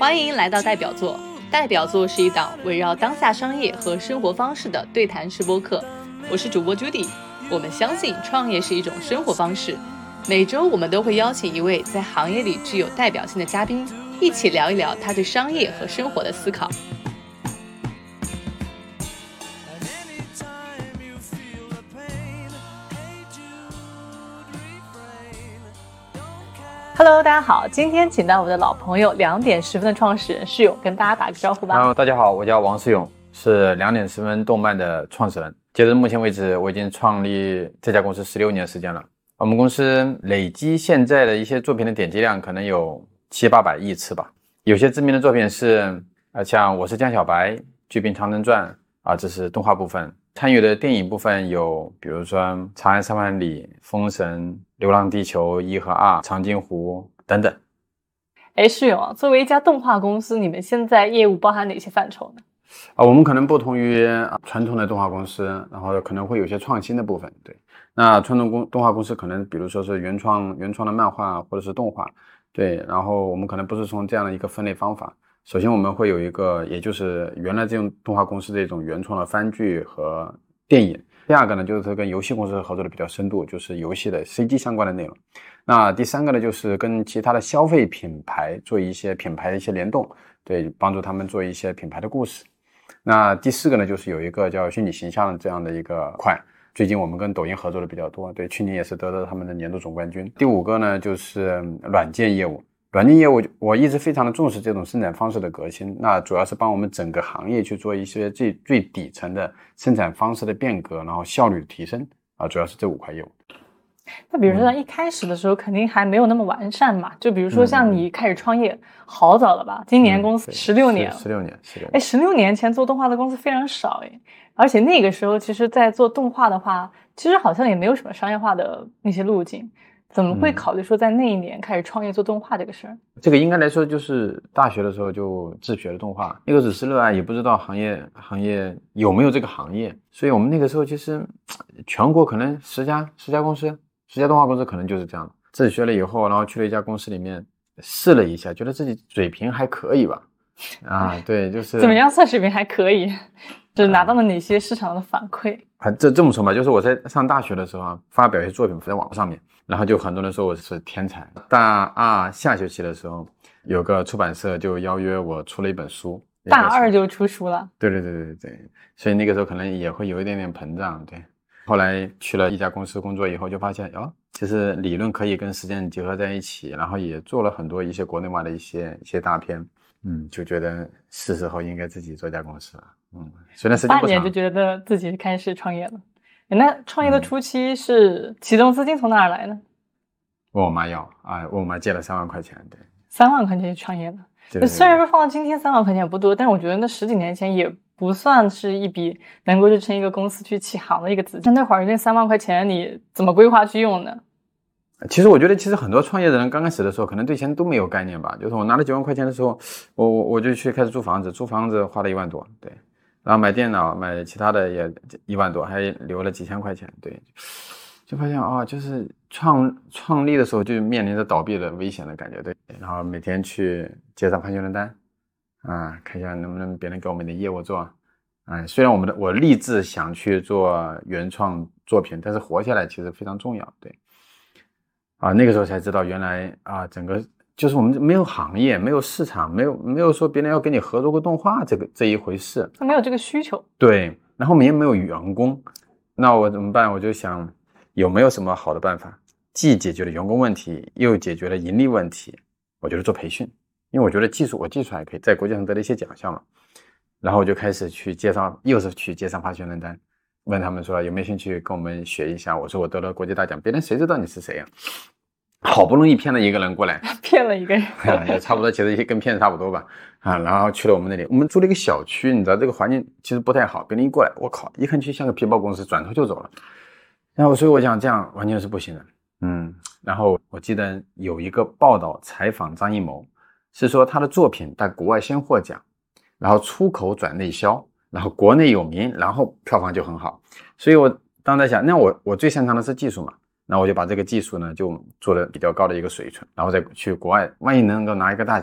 欢迎来到代表作。代表作是一档围绕当下商业和生活方式的对谈式播客，我是主播 Judy。我们相信创业是一种生活方式，每周我们都会邀请一位在行业里具有代表性的嘉宾，一起聊一聊他对商业和生活的思考。Hello， 大家好，今天请到我的老朋友2点10分的创始人世勇，跟大家打个招呼吧。 大家好，我叫王世勇，是2点10分动漫的创始人。截至目前为止，我已经创立这家公司16年时间了。我们公司累积现在的一些作品的点击量可能有700-800亿次吧。有些知名的作品是像我是江小白、巨兵长城传这是动画部分。参与的电影部分有比如说长安3万里、封神、流浪地球1和2、长津湖等等。 世勇，作为一家动画公司，你们现在业务包含哪些范畴呢？ 我们可能不同于传统的动画公司，然后可能会有些创新的部分。对，那传统动画公司可能比如说是原创的漫画或者是动画，对，然后我们可能不是从这样的一个分类方法。首先我们会有一个，也就是原来这种动画公司的一种原创的番剧和电影。第二个呢，就是跟游戏公司合作的比较深度，就是游戏的 CG 相关的内容。那第三个呢，就是跟其他的消费品牌做一些品牌的一些联动，对，帮助他们做一些品牌的故事。那第四个呢，就是有一个叫虚拟形象这样的一个块，最近我们跟抖音合作的比较多，对，去年也是得到他们的年度总冠军。第5个呢，就是软件业务。软件业务我一直非常的重视这种生产方式的革新，那主要是帮我们整个行业去做一些最底层的生产方式的变革，然后效率的提升主要是这5块业务。 那比如说一开始的时候肯定还没有那么完善嘛，就比如说像你开始创业好早了吧，今年公司16年了。 16年 16年前做动画的公司非常少而且那个时候其实在做动画的话，其实好像也没有什么商业化的那些路径，怎么会考虑说在那一年开始创业做动画这个事儿？ 这个应该来说就是大学的时候就自学了动画，那个只是热爱，也不知道行业有没有这个行业，所以我们那个时候其实全国可能10家公司，10家动画公司可能就是这样。自学了以后，然后去了一家公司里面试了一下，觉得自己水平还可以吧。对，就是怎么样算水平还可以？就是拿到了哪些市场的反馈？ 这么说吧，就是我在上大学的时候发表一些作品在网上面，然后就很多人说我是天才。大2下学期的时候，有个出版社就邀约我出了一本书。 大2就出书了？ 对，所以那个时候可能也会有一点点膨胀。对，后来去了一家公司工作以后，就发现其实理论可以跟实践结合在一起，然后也做了很多一些国内外的一些大片。就觉得是时候应该自己做家公司了。虽然时间不长，8 年就觉得自己开始创业了。那创业的初期是启动资金从哪儿来呢？ 问我妈要问我妈借了3万块钱。对 ，3万块钱就创业了。对，虽然说放到今天3万块钱也不多，但是我觉得那10几年前也不算是一笔能够支撑一个公司去起航的一个资金。那会儿这3万块钱你怎么规划去用呢？ 其实我觉得很多创业的人刚开始的时候可能对钱都没有概念吧，就是我拿了9万块钱的时候，我就去开始租房子花了1万多。对，然后买电脑买其他的也1万多，还留了几千块钱。对，就发现就是创立的时候就面临着倒闭的危险的感觉。对，然后每天去街上拍宣传单看一下能不能别人给我们的业务做。虽然我立志想去做原创作品，但是活下来其实非常重要。对，那个时候才知道原来整个就是我们没有行业，没有市场，没有说别人要跟你合作过动画这一回事， 没有这个需求。 对，然后我们也没有员工，那我怎么办？我就想有没有什么好的办法，既解决了员工问题，又解决了盈利问题。我觉得做培训，因为我觉得技术还可以在国际上得了一些奖项嘛。然后我就开始去街上发宣传单，问他们说有没有兴趣跟我们学一下。我说我得了国际大奖，别人谁知道你是谁好不容易骗了一个人过来， 骗了一个人也差不多，其实跟骗子差不多吧。然后去了我们那里，我们住了一个小区，你知道这个环境其实不太好，别人一过来，我靠，一看去像个皮包公司，转头就走了。然后所以我想这样完全是不行的。然后我记得有一个报道采访张艺谋，是说他的作品在国外先获奖，然后出口转内销，然后国内有名，然后票房就很好。所以我当时在想，那我最擅长的是技术嘛，那我就把这个技术呢就做了比较高的一个水准，然后再去国外，万一能够拿一个大奖，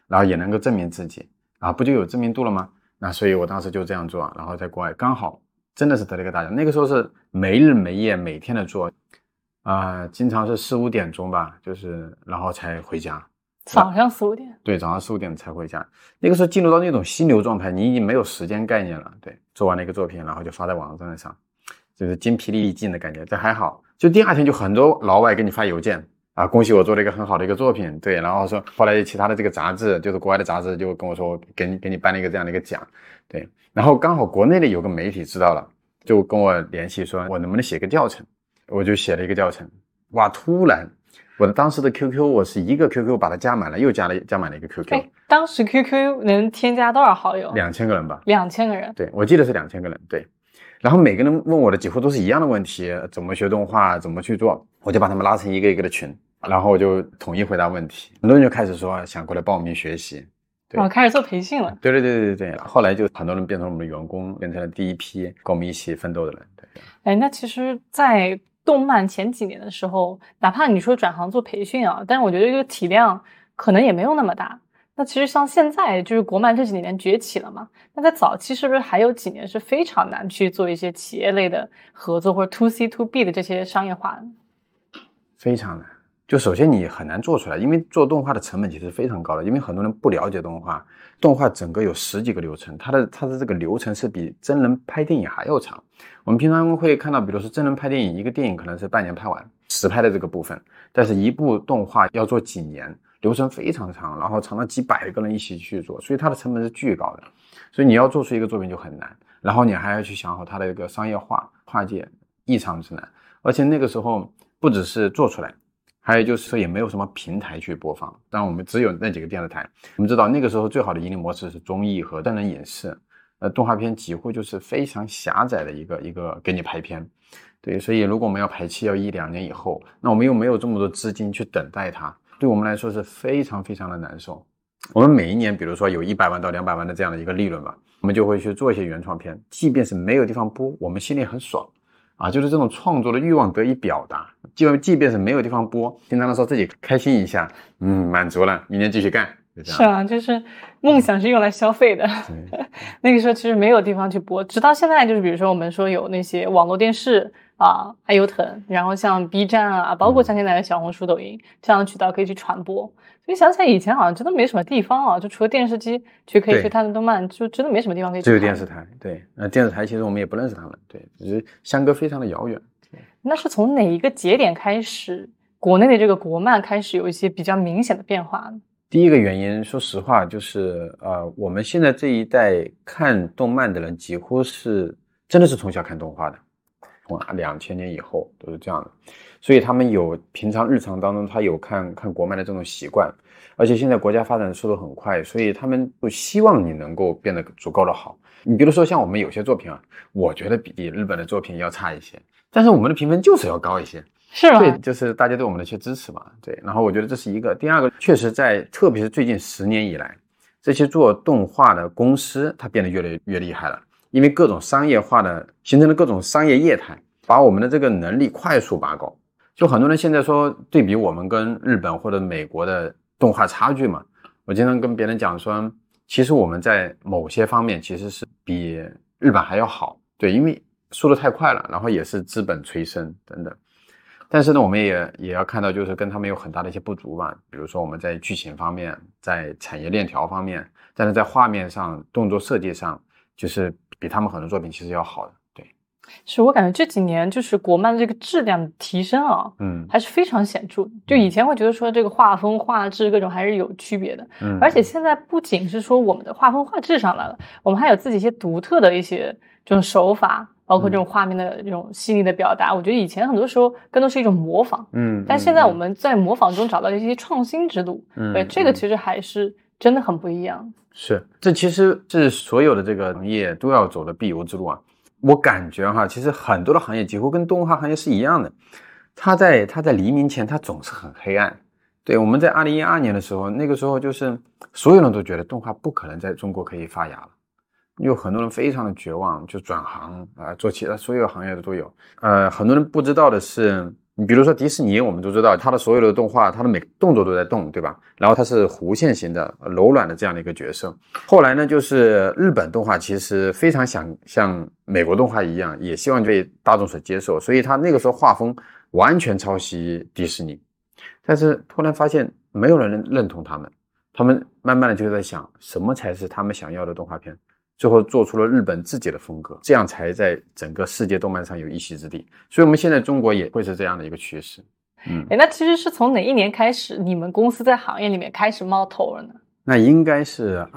然后也能够证明自己啊，不就有知名度了吗？那所以我当时就这样做，然后在国外刚好真的是得了一个大奖。那个时候是没日没夜每天的做经常是4、5点钟吧，就是然后才回家。 早上4、5点？ 对，早上4、5点才回家。那个时候进入到那种心流状态，你已经没有时间概念了。对，做完了一个作品，然后就发在网站上，就是精疲力尽的感觉。这还好，就第二天就很多老外给你发邮件啊，恭喜我做了一个很好的一个作品。对，然后说后来其他的这个杂志，就是国外的杂志就跟我说，给你颁了一个这样的一个奖。对，然后刚好国内的有个媒体知道了，就跟我联系说我能不能写个教程，我就写了一个教程。哇，突然我的当时的 QQ 我是一个 QQ 把它加满了，又加满了一个 QQ。 当时 QQ 能添加多少好友 ？2000个人吧。 2000个人。 对，我记得是2000个人。对，然后每个人问我的几乎都是一样的问题，怎么学动画，怎么去做，我就把他们拉成一个一个的群，然后我就统一回答问题。很多人就开始说想过来报名学习。对， 开始做培训了。 对，后来就很多人变成我们的员工，变成了第一批跟我们一起奋斗的人。 对，那其实在动漫前几年的时候，哪怕你说转行做培训啊，但是我觉得这个体量可能也没有那么大。那其实像现在就是国漫这几年崛起了嘛，那在早期是不是还有几年是非常难去做一些企业类的合作，或者 to C to B 的这些商业化的？ 非常难。就首先你很难做出来，因为做动画的成本其实非常高的，因为很多人不了解动画，动画整个有10几个流程，它的这个流程是比真人拍电影还要长。我们平常会看到，比如说真人拍电影，一个电影可能是半年拍完，实拍的这个部分，但是一部动画要做几年，流程非常长，然后长到几百个人一起去做，所以它的成本是巨高的，所以你要做出一个作品就很难，然后你还要去想好它的一个商业化跨界，异常之难。而且那个时候不只是做出来，还有就是说也没有什么平台去播放，但我们只有那几个电视台。我们知道那个时候最好的盈利模式是综艺和真人影视，动画片几乎就是非常狭窄的一个给你排片。对，所以如果我们要排期要1、2年以后，那我们又没有这么多资金去等待它，对我们来说是非常非常的难受。我们每一年比如说有100万到200万的这样的一个利润吧，我们就会去做一些原创片，即便是没有地方播，我们心里很爽啊，就是这种创作的欲望得以表达，即便是没有地方播，平常的时候自己开心一下，满足了，明年继续干。 是啊，就是梦想是用来消费的。那个时候其实没有地方去播，直到现在就是比如说我们说有那些网络电视啊，爱优腾，然后像 B 站啊，包括像现在的小红书、抖音这样的渠道可以去传播。所以想起来以前好像真的没什么地方啊，就除了电视机去可以去看动漫，就真的没什么地方可以去看。 只有电视台。对，电视台其实我们也不认识他们，对，只是相隔非常的遥远。 那是从哪一个节点开始，国内的这个国漫开始有一些比较明显的变化呢？ 第一个原因，说实话，就是我们现在这一代看动漫的人，几乎是真的是从小看动画的，从2000年以后都是这样的，所以他们有平常日常当中他有看国漫的这种习惯，而且现在国家发展的速度很快，所以他们就希望你能够变得足够的好。你比如说像我们有些作品啊，我觉得比日本的作品要差一些，但是我们的评分就是要高一些。 是吗？ 对，就是大家对我们的一些支持嘛。对，然后我觉得这是一个。第二个，确实特别是最近10年以来，这些做动画的公司它变得越来越厉害了，因为各种商业化的形成了各种商业业态，把我们的这个能力快速拔高。就很多人现在说对比我们跟日本或者美国的动画差距嘛，我经常跟别人讲说，其实我们在某些方面其实是比日本还要好。对，因为速度太快了，然后也是资本催生等等。但是呢，我们也要看到，就是跟他们有很大的一些不足吧。比如说我们在剧情方面，在产业链条方面，但是在画面上、动作设计上，就是比他们很多作品其实要好的。对， 是我感觉这几年就是国漫的这个质量的提升啊，还是非常显著的。就以前会觉得说这个画风、画质各种还是有区别的，而且现在不仅是说我们的画风、画质上来了，我们还有自己一些独特的一些这种手法。包括这种画面的这种细腻的表达，我觉得以前很多时候更多是一种模仿，但现在我们在模仿中找到一些创新之路，对，这个其实还是真的很不一样。 是，这其实是所有的这个行业都要走的必由之路啊。我感觉哈，其实很多的行业几乎跟动画行业是一样的，它在黎明前它总是很黑暗。对，我们在2012年的时候，那个时候就是所有人都觉得动画不可能在中国可以发芽了。有很多人非常的绝望，就转行做其他所有行业的都有。很多人不知道的是， 你比如说迪士尼，我们都知道它的所有的动画，它的每个动作都在动，对吧？然后它是弧线型的、柔软的这样的一个角色。后来呢，就是日本动画其实非常想像美国动画一样，也希望被大众所接受，所以它那个时候画风完全抄袭迪士尼。但是突然发现没有人认同他们，他们慢慢的就在想什么才是他们想要的动画片。最后做出了日本自己的风格，这样才在整个世界动漫上有一席之地。所以我们现在中国也会是这样的一个趋势。 那其实是从哪一年开始你们公司在行业里面开始冒头了呢？ 那应该是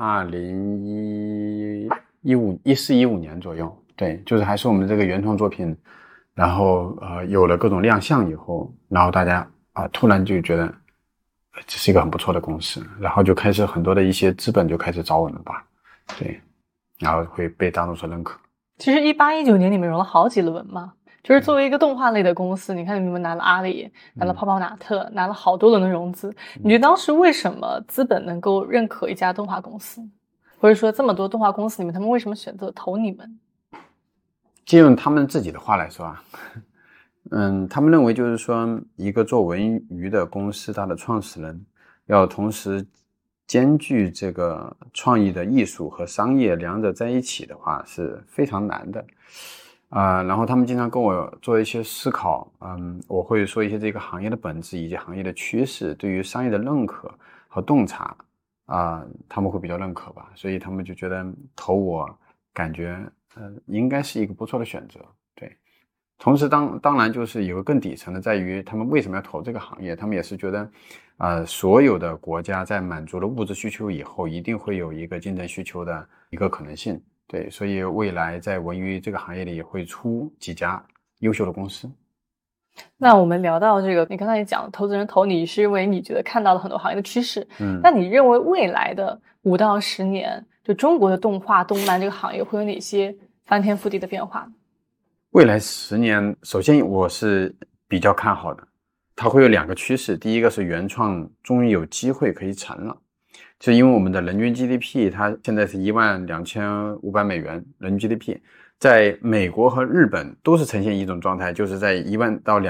2014-15年左右。对，就是还是我们这个原创作品，然后有了各种亮相以后，然后大家突然就觉得这是一个很不错的公司，然后就开始很多的一些资本就开始找我们吧。对，然后会被大众所认可。 其实18-19年你们融了好几轮嘛，就是作为一个动画类的公司，你看你们拿了阿里，拿了泡泡玛特，拿了好多轮的融资。你觉得当时为什么资本能够认可一家动画公司，或者说这么多动画公司里面，他们为什么选择投你们？ 借用他们自己的话来说啊，他们认为就是说，一个做文娱的公司，它的创始人要同时兼具这个创意的艺术和商业两者在一起的话是非常难的。然后他们经常跟我做一些思考，我会说一些这个行业的本质以及行业的趋势，对于商业的认可和洞察，他们会比较认可吧，所以他们就觉得投我，感觉应该是一个不错的选择。对，同时当然就是有个更底层的，在于他们为什么要投这个行业，他们也是觉得所有的国家在满足了物质需求以后，一定会有一个竞争需求的一个可能性。对，所以未来在文娱这个行业里也会出几家优秀的公司。 那我们聊到这个，你刚才也讲了，投资人投你是因为你觉得看到了很多行业的趋势。那你认为未来的5到10年，就中国的动画动漫这个行业会有哪些翻天覆地的变化呢？ 未来10年，首先我是比较看好的，它会有2个趋势。第一个是原创终于有机会可以成了，就因为我们的人均 GDP 它现在是12500美元人均 GDP， 在美国和日本都是呈现一种状态，就是在1万到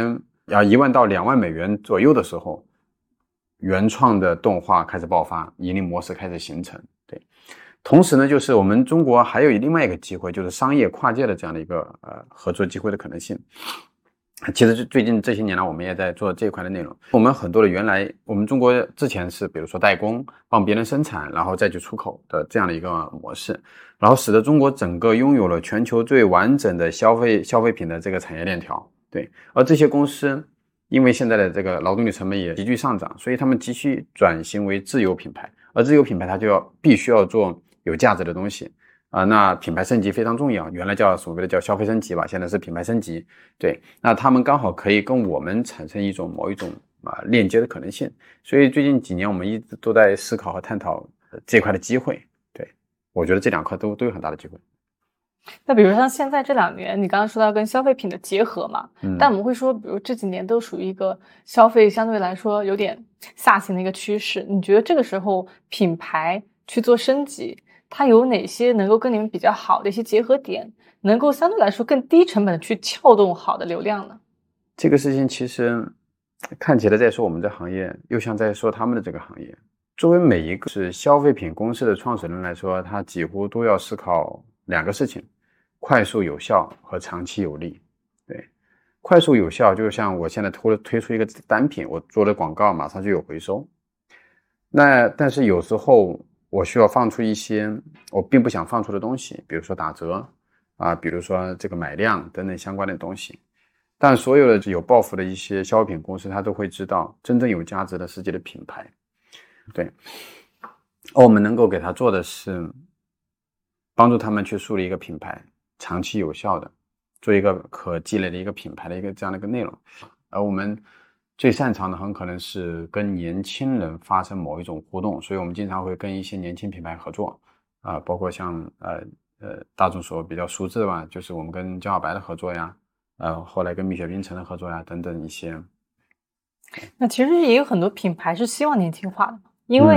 2万美元左右的时候，原创的动画开始爆发，盈利模式开始形成。对，同时呢，就是我们中国还有另外一个机会，就是商业跨界的这样的一个合作机会的可能性。其实最近这些年来，我们也在做这一块的内容。我们很多的原来我们中国之前是比如说代工，帮别人生产，然后再去出口的这样的一个模式，然后使得中国整个拥有了全球最完整的消费品的这个产业链条。对，而这些公司因为现在的这个劳动力成本也急剧上涨，所以他们急需转型为自有品牌，而自有品牌它就必须要做有价值的东西。那品牌升级非常重要，原来叫所谓的叫消费升级吧，现在是品牌升级。对，那他们刚好可以跟我们产生某一种链接的可能性，所以最近几年我们一直都在思考和探讨这块的机会。对，我觉得这2块都有很大的机会。 那比如像现在这2年，你刚刚说到跟消费品的结合嘛，但我们会说，比如这几年都属于一个消费相对来说有点下行的一个趋势，你觉得这个时候品牌去做升级，它有哪些能够跟你们比较好的一些结合点，能够相对来说更低成本的去撬动好的流量呢？ 这个事情其实看起来在说我们这行业，又像在说他们的这个行业。作为每一个是消费品公司的创始人来说，他几乎都要思考2个事情：快速有效和长期有利。对，快速有效就像我现在推出一个单品，我做了广告马上就有回收。但是有时候我需要放出一些我并不想放出的东西，比如说打折比如说这个买量等等相关的东西。但所有的有抱负的一些消费品公司，他都会知道真正有价值的世界的品牌。对，而我们能够给他做的是帮助他们去树立一个品牌，长期有效的做一个可积累的一个品牌的一个这样的一个内容。而我们最擅长的很可能是跟年轻人发生某一种互动，所以我们经常会跟一些年轻品牌合作包括像大众所比较熟知的吧，就是我们跟江小白的合作呀，后来跟蜜雪冰城的合作呀等等一些。 那其实也有很多品牌是希望年轻化的，因为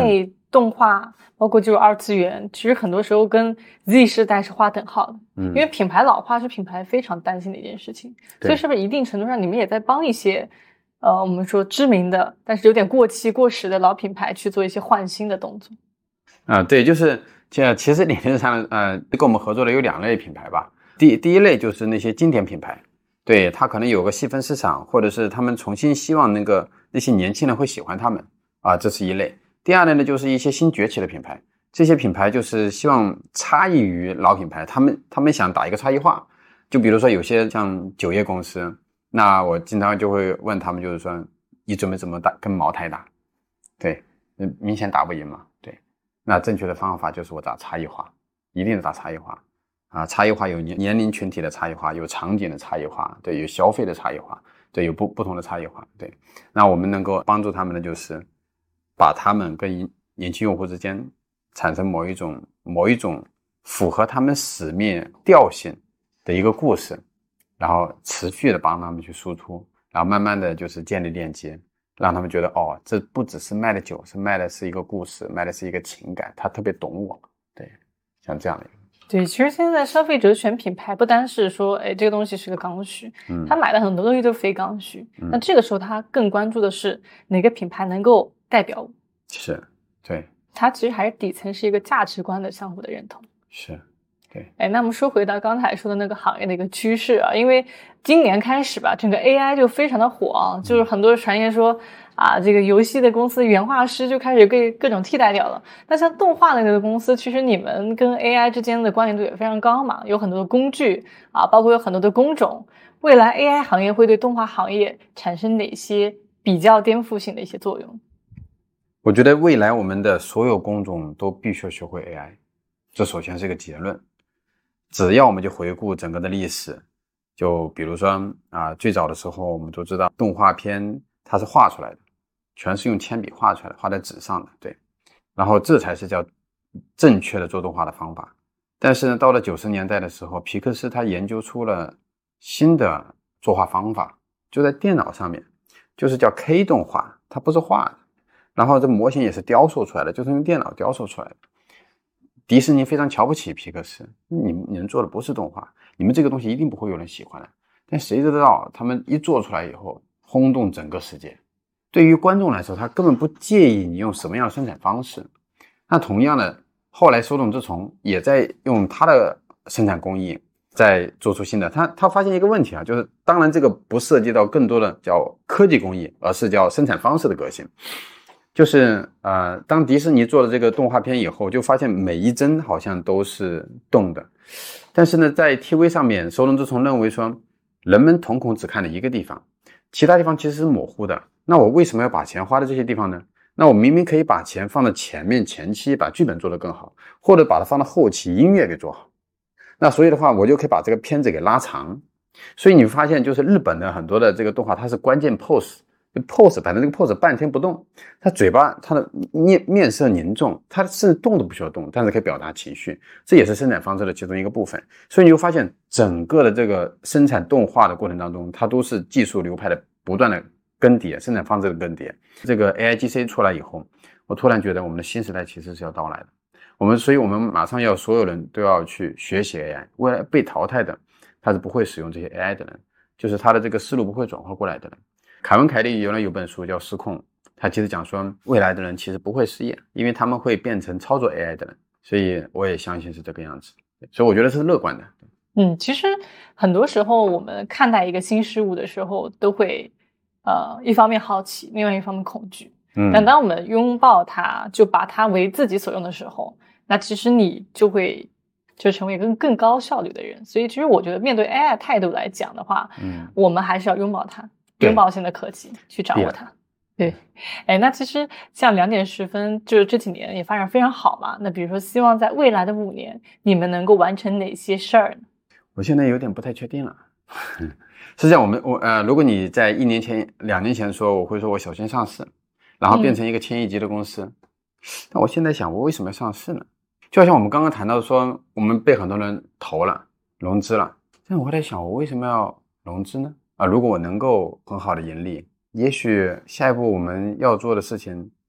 动画，包括就是二次元，其实很多时候跟 Z 世代是划等号的。因为品牌老化是品牌非常担心的一件事情，所以是不是一定程度上你们也在帮一些我们说知名的但是有点过期过时的老品牌去做一些换新的动作？ 对，就是其实理论上跟我们合作的有2类品牌吧。第一类就是那些经典品牌，对，它可能有个细分市场，或者是他们重新希望那些年轻人会喜欢他们这是一类。第二类呢，就是一些新崛起的品牌，这些品牌就是希望差异于老品牌，他们想打一个差异化。就比如说有些像酒业公司，那我经常就会问他们，就是说你准备怎么打跟茅台打？对，明显打不赢嘛。对，那正确的方法就是我打差异化，一定是打差异化差异化有年龄群体的差异化，有场景的差异化，对，有消费的差异化，对，有不同的差异化。对，那我们能够帮助他们的就是把他们跟年轻用户之间产生某一种符合他们使命调性的一个故事，然后持续的帮他们去输出，然后慢慢的就是建立链接，让他们觉得这不只是卖的酒，是卖的是一个故事，卖的是一个情感，他特别懂我。对，像这样的一个。 对，其实现在消费者选品牌不单是说这个东西是个刚需，他买的很多东西都非刚需，那这个时候他更关注的是哪个品牌能够代表我。 是，对， 它其实还是底层是一个价值观的相互的认同。 是，对。 那么说回到刚才说的那个行业的一个趋势因为今年开始吧，整个 AI 就非常的火就是很多传言说这个游戏的公司原画师就开始被各种替代掉了。那像动画类的公司，其实你们跟 AI 之间的关联度也非常高嘛，有很多的工具包括有很多的工种。未来 AI 行业会对动画行业产生哪些比较颠覆性的一些作用？ 我觉得未来我们的所有工种都必须要学会 AI， 这首先是一个结论。只要我们就回顾整个的历史，就比如说最早的时候我们都知道动画片它是画出来的，全是用铅笔画出来的，画在纸上的，对，然后这才是叫正确的做动画的方法。但是呢，到了90年代的时候，皮克斯他研究出了新的作画方法，就在电脑上面，就是叫 K 动画，它不是画的，然后这模型也是雕塑出来的，就是用电脑雕塑出来的。迪士尼非常瞧不起皮克斯，你们做的不是动画，你们这个东西一定不会有人喜欢的。但谁知道他们一做出来以后轰动整个世界。对于观众来说，他根本不介意你用什么样的生产方式。那同样的，后来手冢治虫也在用他的生产工艺在做出新的。他发现一个问题就是当然这个不涉及到更多的叫科技工艺，而是叫生产方式的革新。就是当迪士尼做了这个动画片以后，就发现每一帧好像都是动的。但是呢，在 TV 上面，手冢治虫认为说，人们瞳孔只看了一个地方，其他地方其实是模糊的。那我为什么要把钱花在这些地方呢？那我明明可以把钱放在前面前期，把剧本做得更好，或者把它放到后期，音乐给做好。那所以的话，我就可以把这个片子给拉长。所以你发现，就是日本的很多的这个动画，它是关键 pose，反正这个 pose 半天不动，他嘴巴他的面色凝重，他甚至动都不需要动，但是可以表达情绪，这也是生产方式的其中一个部分。所以你就发现整个的这个生产动画的过程当中，它都是技术流派的不断的更迭，生产方式的更迭。这个 AIGC 出来以后，我突然觉得我们的新时代其实是要到来的。所以我们马上要所有人都要去学习 AI， 未来被淘汰的他是不会使用这些 AI 的人，就是他的这个思路不会转化过来的人。凯文凯利原来有本书叫《失控》，他其实讲说未来的人其实不会失业，因为他们会变成操作 AI 的人，所以我也相信是这个样子，所以我觉得是乐观的。 其实很多时候我们看待一个新事物的时候都会一方面好奇，另外一方面恐惧。但当我们拥抱它，就把它为自己所用的时候，那其实你就会成为一个更高效率的人。所以其实我觉得面对 AI 态度来讲的话，我们还是要拥抱它，拥抱性的科技去掌握它。对，那其实像2:10，就是这几年也发展非常好嘛。那比如说，希望在未来的5年，你们能够完成哪些事儿呢？ 我现在有点不太确定了。实际上，如果你在1年前、2年前说，我会说我首先上市，然后变成一个1000亿级的公司。但我现在想，我为什么要上市呢？就好像我们刚刚谈到说，我们被很多人投了、融资了，但我在想，我为什么要融资呢？如果我能够很好的盈利，也许下一步我们要做的事情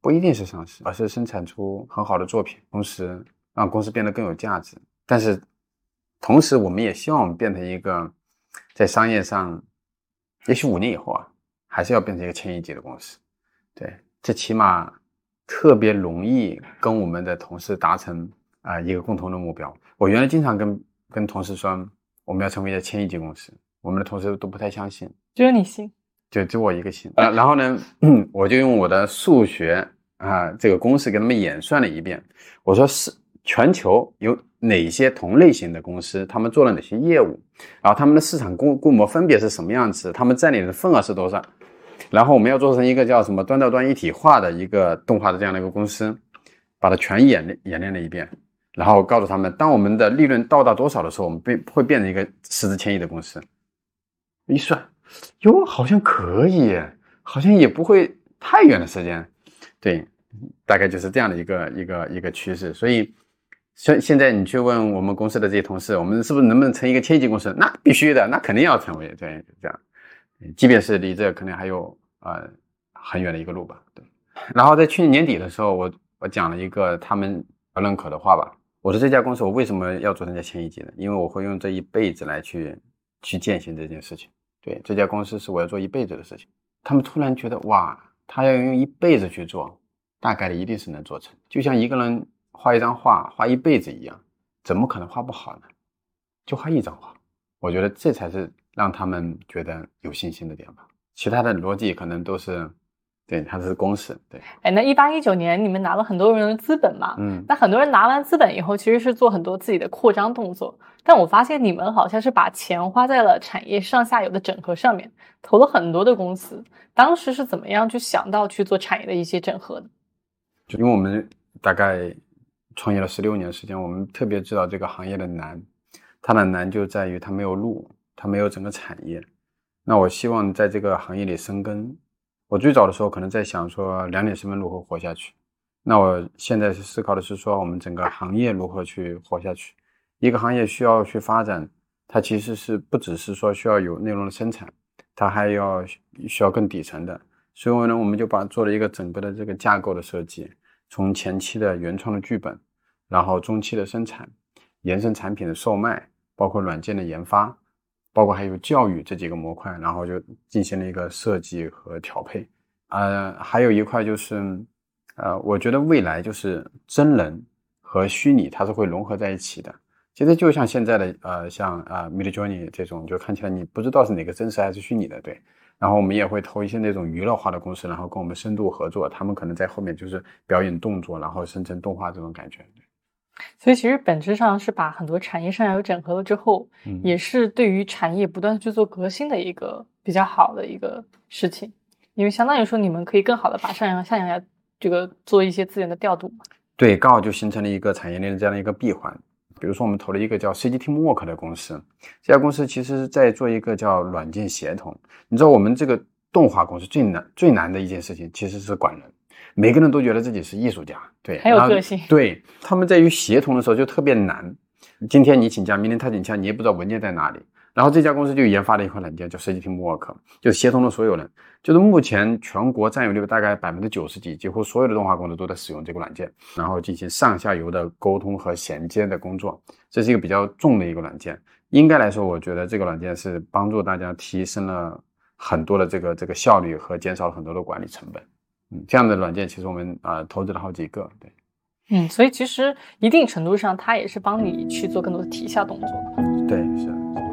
不一定是上市，而是生产出很好的作品，同时让公司变得更有价值。但是同时我们也希望我们变成一个在商业上也许5年以后还是要变成一个1000亿级的公司。对，这起码特别容易跟我们的同事达成一个共同的目标。我原来经常跟同事说我们要成为一个1000亿级公司，我们的同事都不太相信， 只有你信， 就我一个信。然后呢我就用我的数学这个公式给他们演算了一遍，我说是全球有哪些同类型的公司，他们做了哪些业务，然后他们的市场规模分别是什么样子，他们占领的份额是多少，然后我们要做成一个叫什么端到端一体化的一个动画的这样的一个公司，把它全演练了一遍，然后告诉他们当我们的利润到达多少的时候，我们会变成一个10至1000亿的公司。一算哟，好像可以，好像也不会太远的时间。对，大概就是这样的一个趋势。所以现在你去问我们公司的这些同事，我们是不是能不能成一个1000亿级公司？那必须的，那肯定要成为这样。即便是离这可能还有很远的一个路吧。对。然后在去年年底的时候，我讲了一个他们认可的话吧。我说这家公司我为什么要做成家1000亿级的？因为我会用这一辈子来去践行这件事情。对，这家公司是我要做一辈子的事情。他们突然觉得哇，他要用一辈子去做，大概率一定是能做成。就像一个人画一张画画一辈子一样，怎么可能画不好呢？就画一张画。我觉得这才是让他们觉得有信心的点吧。其他的逻辑可能都是对，它是公式。对， 那18、19年你们拿了很多人的资本嘛，那很多人拿完资本以后，其实是做很多自己的扩张动作。但我发现你们好像是把钱花在了产业上下游的整合上面，投了很多的公司。当时是怎么样去想到去做产业的一些整合的？ 就因为我们大概创业了16年的时间，我们特别知道这个行业的难，它的难就在于它没有路，它没有整个产业。那我希望在这个行业里生根。我最早的时候可能在想说2点身份如何活下去，那我现在是思考的是说我们整个行业如何去活下去。一个行业需要去发展，它其实是不只是说需要有内容的生产，它还需要更底层的。所以呢，我们就做了一个整个的这个架构的设计，从前期的原创的剧本，然后中期的生产，延伸产品的售卖，包括软件的研发，包括还有教育这几个模块，然后就进行了一个设计和调配。还有一块就是我觉得未来就是真人和虚拟它是会融合在一起的。其实就像现在的像Midjourney 这种，就看起来你不知道是哪个真实还是虚拟的。对，然后我们也会投一些那种娱乐化的公司，然后跟我们深度合作，他们可能在后面就是表演动作，然后生成动画这种感觉。对， 所以其实本质上是把很多产业上下游整合了之后，也是对于产业不断去做革新的一个比较好的一个事情。因为相当于说你们可以更好的把上游下游这个做一些资源的调度。 对，刚好就形成了一个产业链的这样的一个闭环。比如说我们投了一个叫 CG Teamwork 的公司，这家公司其实是在做一个叫软件协同。你知道我们这个动画公司最难的一件事情其实是管人，每个人都觉得自己是艺术家，对， 很有个性。 对，他们在于协同的时候就特别难。今天你请假，明天他请假，你也不知道文件在哪里。然后这家公司就研发了一款软件叫 CG Teamwork， 就协同了所有人。就是目前全国占有率大概90%几，几乎所有的动画公司都在使用这个软件，然后进行上下游的沟通和衔接的工作。这是一个比较重的一个软件。应该来说，我觉得这个软件是帮助大家提升了很多的这个效率和减少了很多的管理成本。这样的软件其实我们投资了好几个。对， 所以其实一定程度上它也是帮你去做更多的提效动作。 对，是。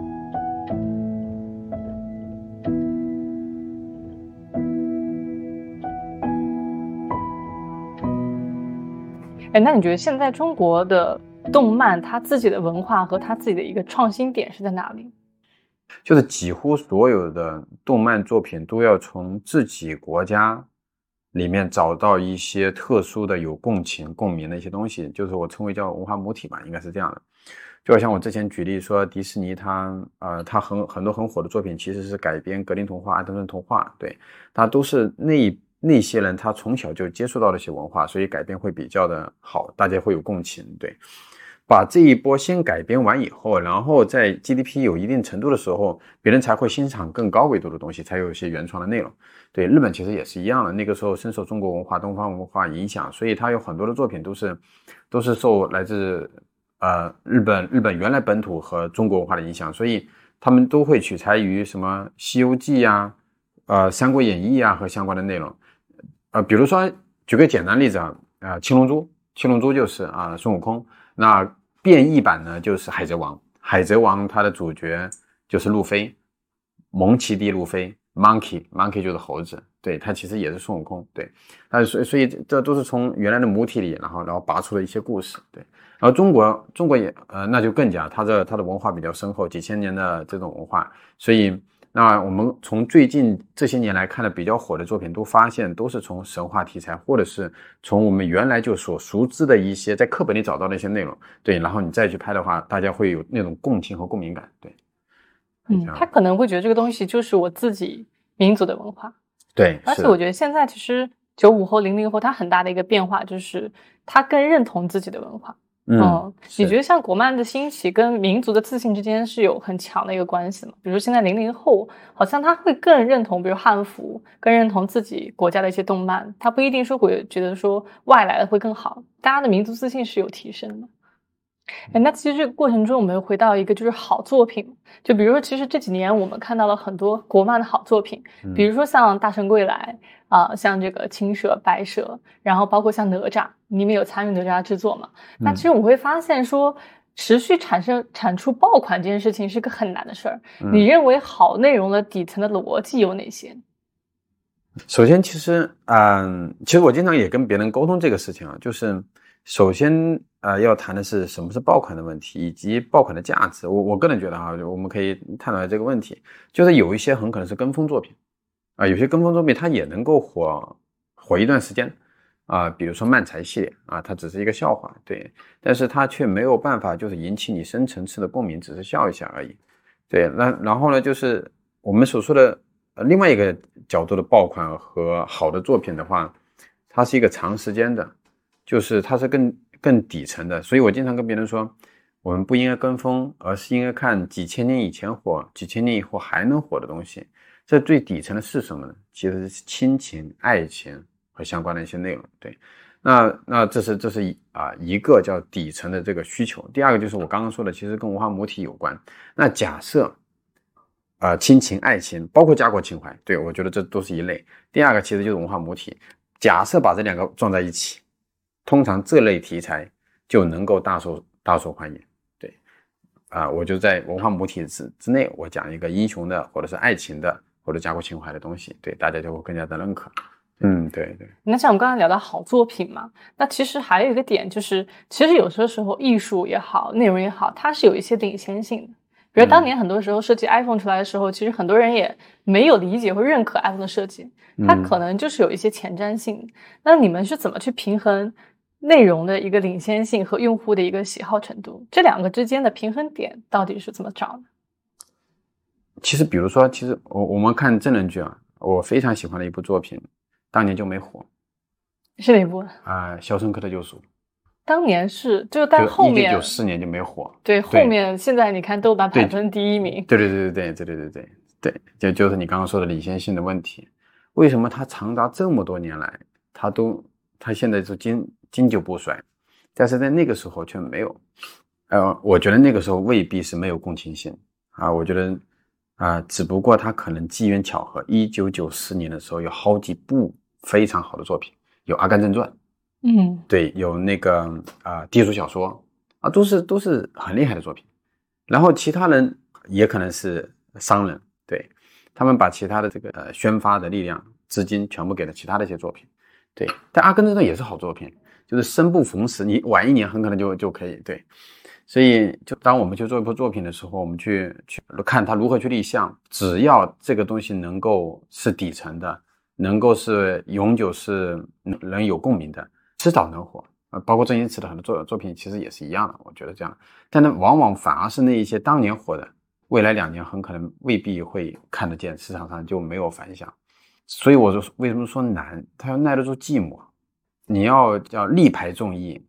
那你觉得现在中国的动漫它自己的文化和它自己的一个创新点是在哪里？ 就是几乎所有的动漫作品都要从自己国家里面找到一些特殊的有共情共鸣的一些东西，就是我称为叫文化母体吧，应该是这样的。就好像我之前举例说，迪士尼它很多很火的作品其实是改编格林童话、安徒生童话，对，它都是那些人他从小就接触到了一些文化，所以改编会比较的好，大家会有共情。对， 把这一波先改编完以后，然后在 GDP 有一定程度的时候，别人才会欣赏更高维度的东西，才有一些原创的内容。对，日本其实也是一样的，那个时候深受中国文化、东方文化影响，所以它有很多的作品都是受来自日本原来本土和中国文化的影响，所以他们都会取材于什么《西游记》呀、《三国演义》啊和相关的内容。比如说举个简单例子七龙珠就是孙悟空，那变异版呢就是海贼王，海贼王它的主角就是路飞，蒙奇 D 路飞 ，Monkey 就是猴子，对，它其实也是孙悟空，对，所以这都是从原来的母体里，然后拔出的一些故事，对。然后中国也那就更加，它的文化比较深厚，几千年的这种文化，所以那我们从最近这些年来看的比较火的作品，都发现都是从神话题材，或者是从我们原来就所熟知的一些在课本里找到的一些内容，对，然后你再去拍的话，大家会有那种共情和共鸣感，对。 他可能会觉得这个东西就是我自己民族的文化， 对， 而且我觉得现在其实95后、00后，它很大的一个变化就是他更认同自己的文化。你觉得像国漫的兴起跟民族的自信之间是有很强的一个关系吗？比如现在00后好像他会更认同比如汉服，更认同自己国家的一些动漫，他不一定说会觉得说外来的会更好，大家的民族自信是有提升的。那其实这个过程中我们又回到一个就是好作品，就比如说其实这几年我们看到了很多国漫的好作品，比如说像大圣归来像这个青蛇、白蛇，然后包括像哪吒，你们有参与哪吒制作吗？那其实我们会发现说持续产出爆款这件事情是个很难的事儿。你认为好内容的底层的逻辑有哪些？ 首先其实我经常也跟别人沟通这个事情就是首先要谈的是什么是爆款的问题，以及爆款的价值。我个人觉得我们可以探讨这个问题，就是有一些很可能是跟风作品有些跟风作品它也能够火一段时间比如说漫才系列它只是一个笑话，对，但是它却没有办法就是引起你深层次的共鸣，只是笑一下而已，对。然后呢，就是我们所说的另外一个角度的爆款和好的作品的话，它是一个长时间的，就是它是更底层的。所以我经常跟别人说，我们不应该跟风，而是应该看几千年以前火，几千年以后还能火的东西。这最底层的是什么呢？其实是亲情、爱情和相关的一些内容，对。那这是一个叫底层的这个需求。第二个就是我刚刚说的，其实跟文化母体有关。那假设亲情、爱情，包括家国情怀，对，我觉得这都是一类。第二个其实就是文化母体。假设把这两个撞在一起，通常这类题材就能够大受欢迎，对。我就在文化母体之内，我讲一个英雄的，或者是爱情的，或者家国情怀的东西，对，大家就会更加的认可。对。那像我们刚才聊到好作品嘛，那其实还有一个点就是，其实有些时候艺术也好，内容也好，它是有一些领先性的。比如当年很多时候设计 iPhone 出来的时候，其实很多人也没有理解或认可 iPhone 的设计，它可能就是有一些前瞻性。那你们是怎么去平衡内容的一个领先性和用户的一个喜好程度？这两个之间的平衡点到底是怎么找的？ 其实比如说，我们看真人剧我非常喜欢的一部作品，当年就没火。 是哪部肖申克的救赎。当年是就在后面 1994年就没火， 对，后面现在你看豆瓣排分第一名， 对，就是你刚刚说的领先性的问题。为什么它长达这么多年来，它现在是经久不衰，但是在那个时候却没有。我觉得那个时候未必是没有共情性我觉得只不过它可能机缘巧合，1994年的时候有好几部非常好的作品，有《阿甘正传》。对，有那个低俗小说都是很厉害的作品。然后其他人也可能是商人，对，他们把其他的这个宣发的力量、资金全部给了其他的一些作品，对。但《阿甘正传》也是好作品，就是生不逢时，你晚一年很可能就可以，对。所以就当我们去做一部作品的时候，我们去看它如何去立项，只要这个东西能够是底层的，能够是永久是能有共鸣的，迟早能火。包括周星驰的很多作品其实也是一样的，我觉得这样。但是往往反而是那一些当年火的，未来2年很可能未必会看得见，市场上就没有反响。所以我就为什么说难，它要耐得住寂寞，你要力排众议，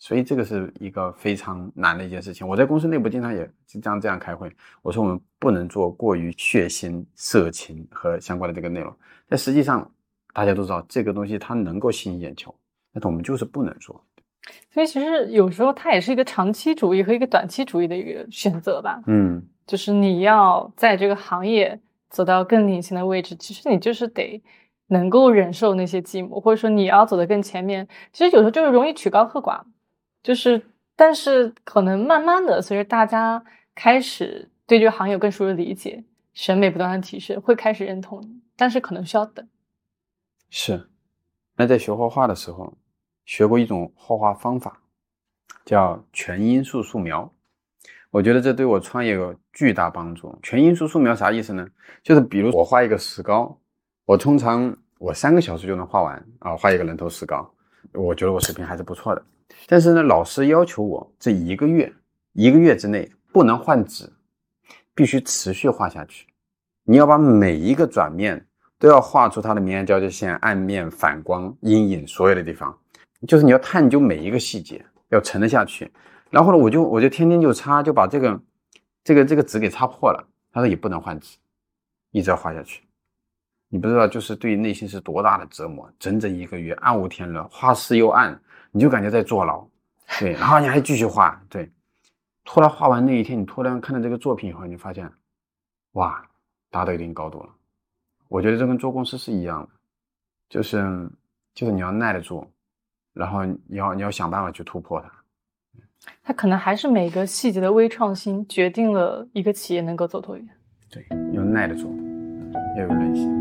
所以这个是一个非常难的一件事情。我在公司内部经常也这样开会，我说我们不能做过于血腥、色情和相关的这个内容。但实际上大家都知道这个东西它能够吸引眼球，但是我们就是不能做。 所以其实有时候它也是一个长期主义和一个短期主义的一个选择吧。就是你要在这个行业走到更领先的位置，其实你就是得能够忍受那些寂寞，或者说你要走得更前面。其实有时候就是容易曲高和寡，但是可能慢慢的随着大家开始对这个行业有更熟的理解，审美不断的提升，会开始认同你，但是可能需要等。 是。那在学画画的时候学过一种画画方法叫全因素素描，我觉得这对我创业有巨大帮助。全因素素描啥意思呢？就是比如我画一个石膏，我通常3个小时就能画完画一个人头石膏，我觉得我水平还是不错的。但是呢，老师要求我这一个月之内不能换纸，必须持续画下去。你要把每一个转面都要画出它的明暗交界线、暗面、反光、阴影，所有的地方，就是你要探究每一个细节，要沉得下去。然后呢，我就天天就擦，就把这个纸给擦破了。他说也不能换纸，一直要画下去。你不知道就是对内心是多大的折磨，整整1个月，暗无天日，画室又暗，你就感觉在坐牢。对，然后你还继续画。对，突然画完那一天，你突然看到这个作品以后，你发现哇，达到一定高度了。我觉得这跟做公司是一样的，就是你要耐得住，然后你要想办法去突破它。 它可能还是每个细节的微创新决定了一个企业能够走多远。 对，要耐得住，要有韧性。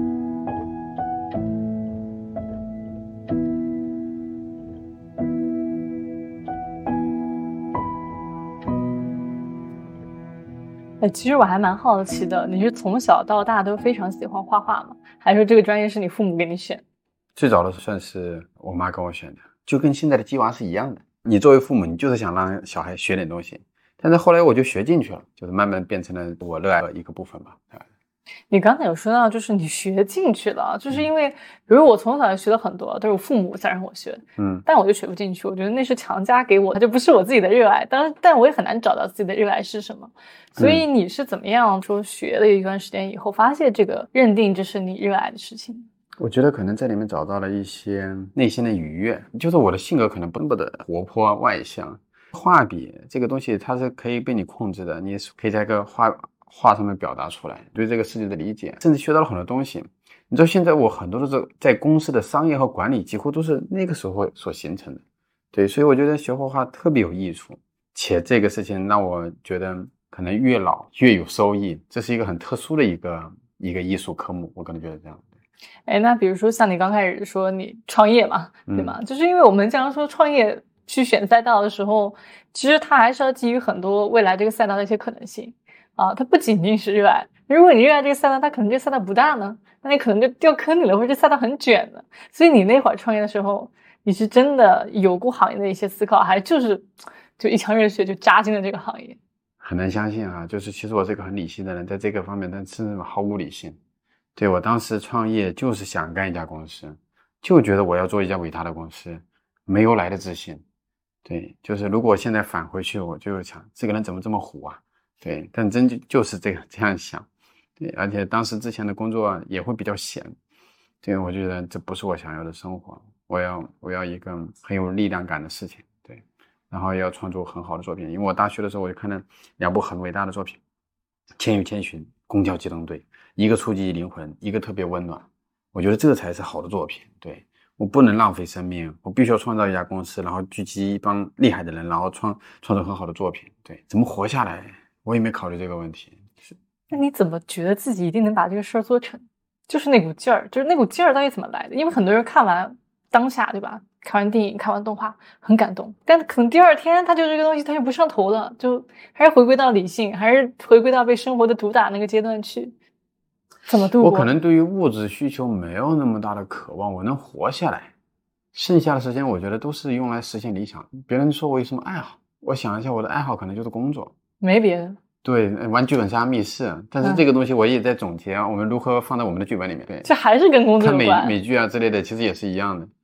其实我还蛮好奇的，你是从小到大都非常喜欢画画吗？还是说这个专业是你父母给你选？ 最早的算是我妈跟我选的，就跟现在的鸡娃是一样的。你作为父母，你就是想让小孩学点东西，但是后来我就学进去了，就是慢慢变成了我热爱的一个部分吧。 你刚才有说到，就是你学进去了，就是因为，比如我从小就学了很多，都是我父母想让我学的，但我就学不进去，我觉得那是强加给我的，就不是我自己的热爱。但我也很难找到自己的热爱是什么。所以你是怎么样说学了一段时间以后，发现这个认定这是你热爱的事情？ 我觉得可能在里面找到了一些内心的愉悦，就是我的性格可能不那么的活泼外向。画笔这个东西它是可以被你控制的，你可以在一个画上面表达出来对这个世界的理解，甚至学到了很多东西。你知道现在我很多的是在公司的商业和管理几乎都是那个时候所形成的。对，所以我觉得学画画特别有益处，且这个事情让我觉得可能越老越有收益，这是一个很特殊的一个艺术科目，我可能觉得这样。 那比如说像你刚开始说你创业嘛，对吗？就是因为我们经常说创业去选赛道的时候，其实它还是要基于很多未来这个赛道的一些可能性啊，它不仅仅是热爱。如果你热爱这个赛道，它可能这个赛道不大呢，那你可能就掉坑里了，或者这赛道很卷的。所以你那会儿创业的时候，你是真的有过行业的一些思考，还就一腔热血就扎进了这个行业？ 很难相信啊，就是其实我是个很理性的人，在这个方面但是毫无理性。对，我当时创业就是想干一家公司，就觉得我要做一家伟大的公司，没有来的自信。对，就是如果我现在返回去，我就想这个人怎么这么虎啊？对，但真就是这样想。对，而且当时之前的工作也会比较闲。对，我觉得这不是我想要的生活，我要一个很有力量感的事情。对，然后要创作很好的作品。因为我大学的时候我就看了2部很伟大的作品，《千与千寻》、《宫壳机动队》，一个触及灵魂，一个特别温暖。我觉得这才是好的作品。对，我不能浪费生命，我必须要创造一家公司，然后聚集一帮厉害的人，然后创作很好的作品。对，怎么活下来，我也没考虑这个问题。 那你怎么觉得自己一定能把这个事儿做成？就是那股劲儿，到底怎么来的？因为很多人看完当下，对吧？看完电影，看完动画，很感动，但可能第二天他就这个东西他就不上头了，就还是回归到理性，还是回归到被生活的毒打那个阶段去。怎么度过？ 我可能对于物质需求没有那么大的渴望，我能活下来，剩下的时间我觉得都是用来实现理想。别人说我有什么爱好，我想一下，我的爱好可能就是工作， 没别的。 对，玩剧本杀、密室，但是这个东西我也在总结我们如何放在我们的剧本里面。对， 这还是跟工作有关。 看美剧啊之类的，其实也是一样的。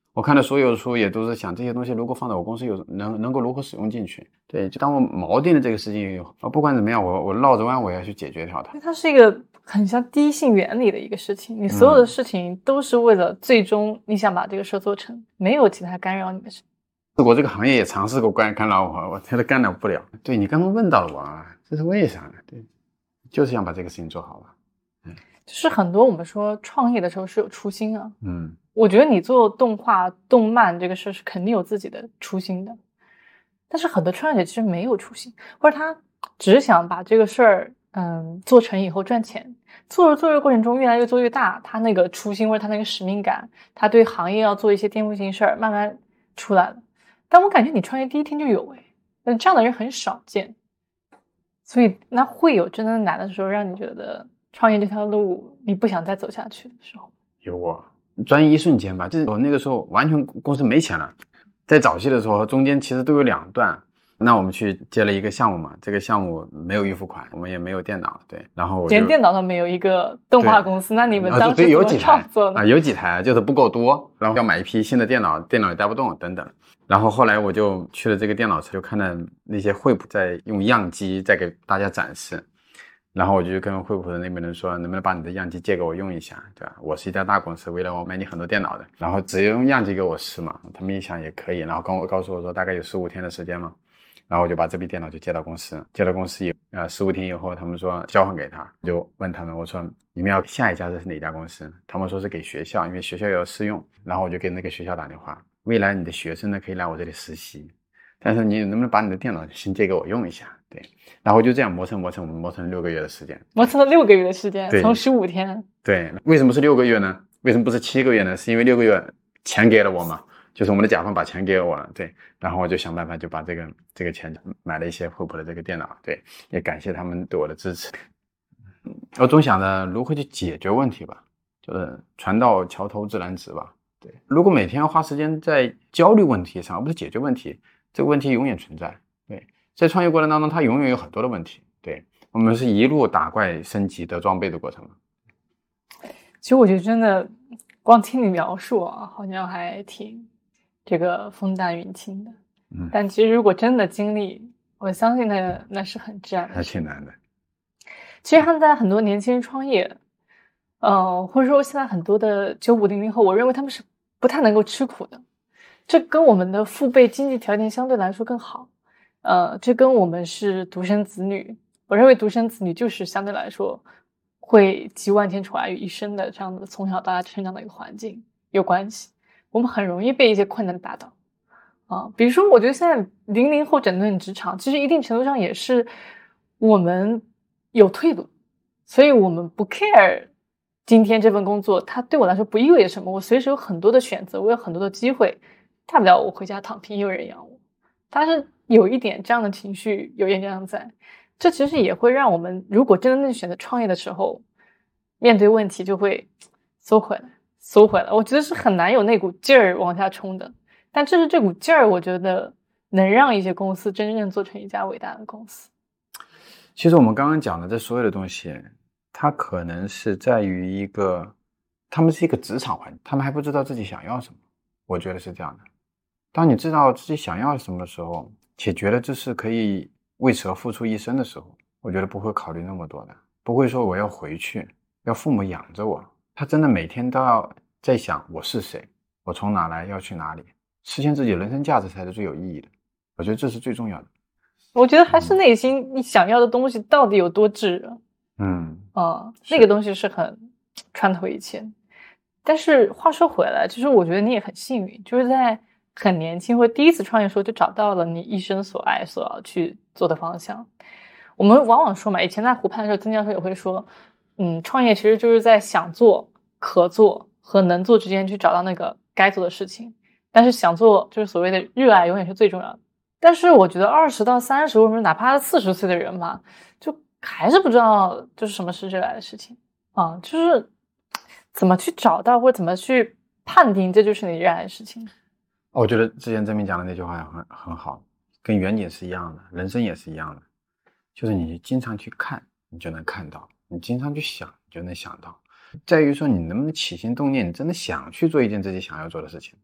我看的所有书也都是想这些东西如果放在我公司能够如何使用进去。对，就当我锚定了这个事情以后，不管怎么样，我绕着弯我要去解决掉它。 它是一个很像第一性原理的一个事情，你所有的事情都是为了最终你想把这个事做成，没有其他干扰你的事。 我这个行业也尝试过干扰我觉得干扰不了。对，你刚刚问到了我啊，这是为啥呢？对，就是想把这个事情做好了。 就是很多我们说创业的时候是有初心啊，我觉得你做动画动漫这个事是肯定有自己的初心的，但是很多创业者其实没有初心，或者他只是想把这个事儿做成以后赚钱，做着过程中越来越做越大，他那个初心或者他那个使命感，他对行业要做一些颠覆性事儿慢慢出来了。但我感觉你创业第一天就有但这样的人很少见，所以那会有真的难的时候让你觉得创业这条路你不想再走下去的时候？ 有啊，专一瞬间吧，就是我那个时候完全公司没钱了，在早期的时候中间其实都有2段。那我们去接了一个项目嘛，这个项目没有预付款，我们也没有电脑，对，然后连电脑都没有一个动画公司，那你们当时怎么创作呢？ 有几台就是不够多，然后要买一批新的电脑，电脑也带不动等等。然后后来我就去了这个电脑车，就看到那些惠普在用样机在给大家展示，然后我就跟惠普的那边人说，能不能把你的样机借给我用一下，对吧？我是一家大公司，为了我卖你很多电脑的，然后直接用样机给我试嘛，他们一想也可以，然后告诉我说大概有15天的时间嘛。然后我就把这批电脑就接到公司以后，15天以后，他们说交还给他，就问他们，我说你们要下一家这是哪家公司？他们说是给学校，因为学校要试用。然后我就给那个学校打电话，未来你的学生呢可以来我这里实习，但是你能不能把你的电脑先借给我用一下？对，然后就这样磨成6个月的时间， 磨成了6个月的时间，从15天。对， 为什么是6个月呢？为什么不是7个月呢？是因为6个月钱给了我嘛。就是我们的甲方把钱给我了，对，然后我就想办法就把这个钱买了一些惠普的这个电脑，对，也感谢他们对我的支持。我总想着如何去解决问题吧，就是船到桥头自然直吧，对。如果每天要花时间在焦虑问题上，而不是解决问题，这个问题永远存在，对，在创业过程当中，它永远有很多的问题，对，我们是一路打怪升级得装备的过程。 其实我觉得真的，光听你描述啊，好像还挺这个风淡云轻的，但其实如果真的经历，我相信那是很自然的， 还挺难的。 其实现在很多年轻人创业，或者说现在很多的95、00后，我认为他们是不太能够吃苦的，这跟我们的父辈经济条件相对来说更好，这跟我们是独生子女，我认为独生子女就是相对来说会集万千宠爱于一身的这样的从小到大成长的一个环境有关系。我们很容易被一些困难打倒比如说我觉得现在00后整顿职场，其实一定程度上也是我们有退路，所以我们不 care 今天这份工作它对我来说不意味着什么，我随时有很多的选择，我有很多的机会，大不了我回家躺平也有人养我。但是有一点这样的情绪，有一点这样在，这其实也会让我们如果真的选择创业的时候，面对问题就会缩回来，我觉得是很难有那股劲儿往下冲的。但这股劲儿，我觉得能让一些公司真正做成一家伟大的公司。 其实我们刚刚讲的这所有的东西，它可能是在于他们是一个职场环境，他们还不知道自己想要什么。我觉得是这样的。当你知道自己想要什么的时候，且觉得这是可以为此而付出一生的时候，我觉得不会考虑那么多的，不会说我要回去，要父母养着我。他真的每天都要在想我是谁，我从哪来，要去哪里，实现自己人生价值才是最有意义的。我觉得这是最重要的。 我觉得还是内心你想要的东西到底有多炙热。那个东西是很穿透一切。但是话说回来，其实我觉得你也很幸运，就是在很年轻或第一次创业的时候就找到了你一生所爱所要去做的方向。我们往往说嘛，以前在湖畔的时候，曾教授也会说，创业其实就是在想做、可做和能做之间去找到那个该做的事情。但是想做就是所谓的热爱，永远是最重要的。但是我觉得20到30，或者哪怕40岁的人嘛，就还是不知道就是什么是热爱的事情就是怎么去找到或者怎么去判定这就是你热爱的事情。 我觉得之前郑明讲的那句话很好，跟远景是一样的，人生也是一样的，就是你经常去看你就能看到，你经常去想你就能想到，在于说你能不能起心动念，你真的想去做一件自己想要做的事情。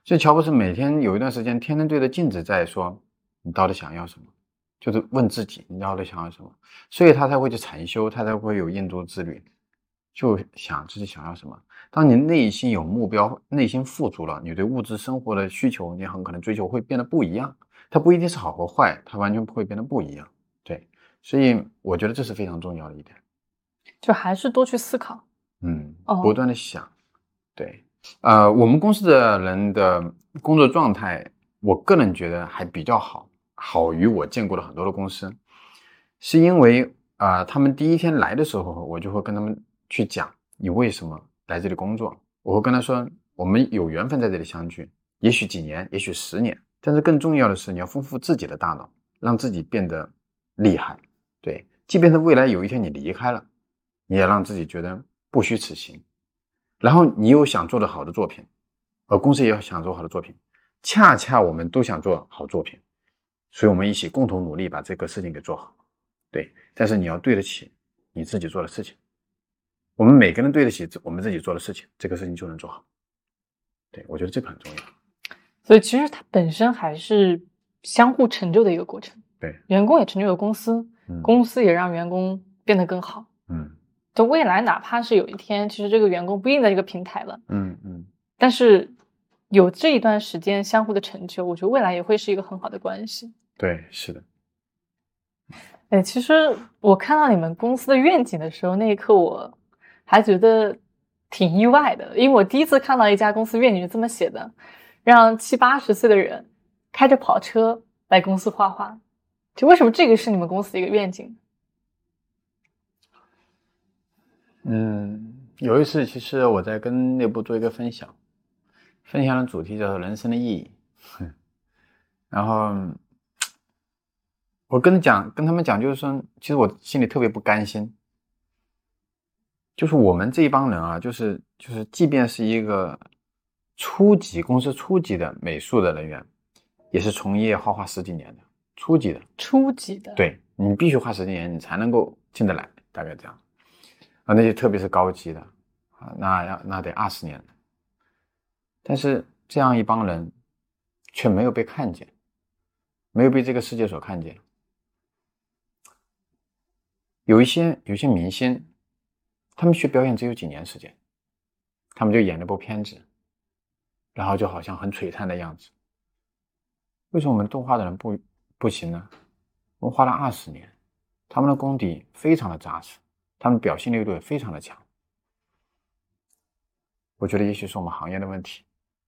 所以乔布斯每天有一段时间天天对着镜子在说你到底想要什么，就是问自己你到底想要什么，所以他才会去禅修，他才会有印度之旅，就想自己想要什么。当你内心有目标，内心富足了，你对物质生活的需求你很可能追求会变得不一样，它不一定是好和坏，它完全会变得不一样。对，所以我觉得这是非常重要的一点， 就还是多去思考， 不断的想。对，我们公司的人的工作状态，我个人觉得还比较好于我见过的很多的公司，是因为他们第一天来的时候，我就会跟他们去讲你为什么来这里工作，我会跟他说我们有缘分在这里相聚，也许几年，也许10年，但是更重要的是你要丰富自己的大脑，让自己变得厉害。对，即便是未来有一天你离开了，你也让自己觉得不虚此行，然后你有想做的好的作品，而公司也有想做好的作品，恰恰我们都想做好作品，所以我们一起共同努力把这个事情给做好。对，但是你要对得起你自己做的事情，我们每个人对得起我们自己做的事情，这个事情就能做好。对，我觉得这个很重要。 所以其实它本身还是相互成就的一个过程。 对， 员工也成就了公司，公司也让员工变得更好。就未来哪怕是有一天，其实这个员工不一定在这个平台了，但是有这一段时间相互的成就，我觉得未来也会是一个很好的关系。 对，是的。 其实我看到你们公司的愿景的时候，那一刻我还觉得挺意外的，因为我第一次看到一家公司愿景是这么写的，让70、80岁的人开着跑车来公司画画。就为什么这个是你们公司的一个愿景？ 有一次其实我在跟内部做一个分享的主题叫做人生的意义。然后我跟他们讲，就是说其实我心里特别不甘心，就是我们这一帮人啊，就是即便是一个公司初级的美术的人员，也是从业画画10几年的初级的，对，你必须画10几年你才能够进得来，大概这样。那些特别是高级的那得20年。但是这样一帮人却没有被看见，没有被这个世界所看见。有一些明星，他们学表演只有几年时间，他们就演了部片子，然后就好像很璀璨的样子。为什么我们动画的人不行呢？我们花了20年，他们的功底非常的扎实，他们表现力度也非常的强。我觉得也许是我们行业的问题。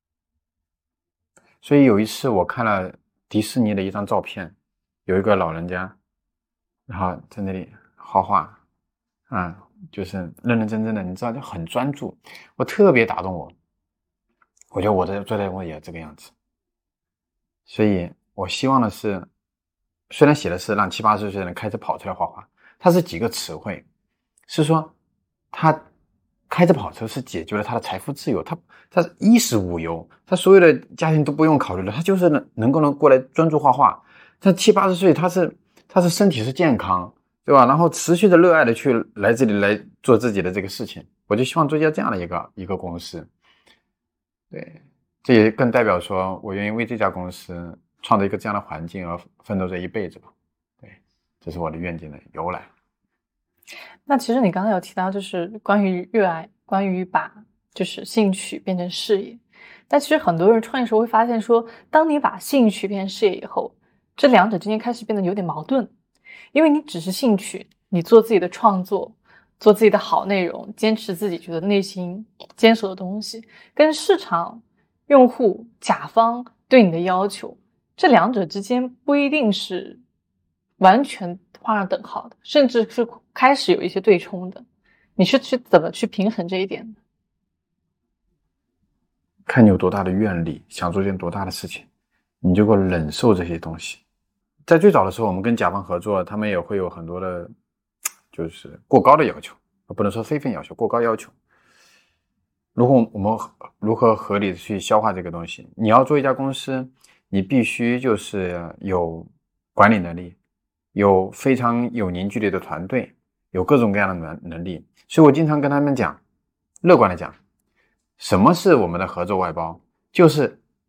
所以有一次我看了迪士尼的一张照片，有一个老人家，然后在那里画画，就是认认真真的，你知道，就很专注，我特别打动我。我觉得我坐在我也这个样子。所以我希望的是，虽然写的是让70、80岁的人开着跑车来画画，它是几个词汇，是说他开着跑车是解决了他的财富自由，他衣食无忧，他所有的家庭都不用考虑了，他就是能过来专注画画。他70、80岁，他是身体是健康，对吧？然后持续的热爱的去来这里来做自己的这个事情。我就希望做这样的一个公司。对，这也更代表说我愿意为这家公司创造一个这样的环境而奋斗这一辈子吧。对，这是我的愿景的由来。 那其实你刚才有提到，就是关于热爱，关于把就是兴趣变成事业。但其实很多人创业时候会发现说，当你把兴趣变成事业以后，这两者之间开始变得有点矛盾。因为你只是兴趣，你做自己的创作，做自己的好内容，坚持自己觉得内心坚守的东西，跟市场、用户、甲方对你的要求，这两者之间不一定是完全画上等号的，甚至是开始有一些对冲的。你是怎么去平衡这一点的？ 看你有多大的愿力，想做件多大的事情，你就够忍受这些东西。在最早的时候，我们跟甲方合作，他们也会有很多的就是过高的要求，不能说非分要求，过高要求。我们如何合理的去消化这个东西？你要做一家公司，你必须就是有管理能力，有非常有凝聚力的团队，有各种各样的能力。所以我经常跟他们讲，乐观的讲，什么是我们的合作外包？就是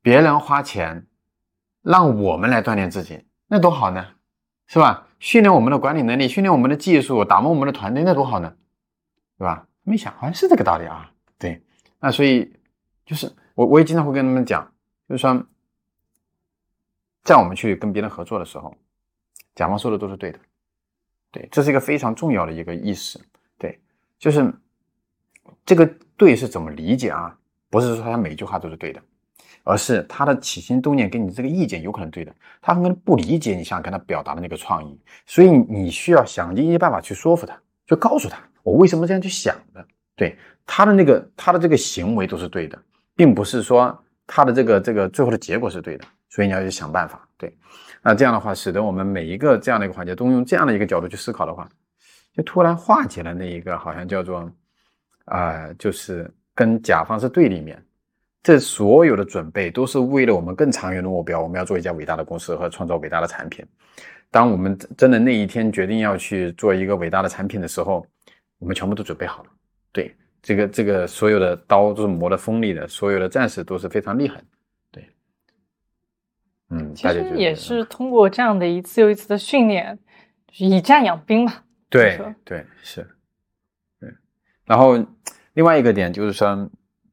别人花钱让我们来锻炼自己，那多好呢，是吧？训练我们的管理能力，训练我们的技术，打磨我们的团队，那多好呢，对吧？没想好像是这个道理啊。对，那所以就是我也经常会跟他们讲，就是说在我们去跟别人合作的时候，甲方说的都是对的。对，这是一个非常重要的一个意识。对，就是这个对是怎么理解啊？不是说他每一句话都是对的，而是他的起心动念跟你这个意见有可能对的，他可能不理解你想跟他表达的那个创意，所以你需要想尽一切办法去说服他，就告诉他我为什么这样去想的。对，他的这个行为都是对的，并不是说他的这个最后的结果是对的，所以你要去想办法。对，那这样的话，使得我们每一个这样的一个环节都用这样的一个角度去思考的话，就突然化解了那一个好像叫做就是跟甲方是对立面。这所有的准备都是为了我们更长远的目标，我们要做一家伟大的公司和创造伟大的产品。当我们真的那一天决定要去做一个伟大的产品的时候，我们全部都准备好了。对，这个所有的刀都是磨得锋利的，所有的战士都是非常厉害的。对， 其实也是通过这样的一次又一次的训练，就是以战养兵嘛。 对对是，对。然后另外一个点就是说，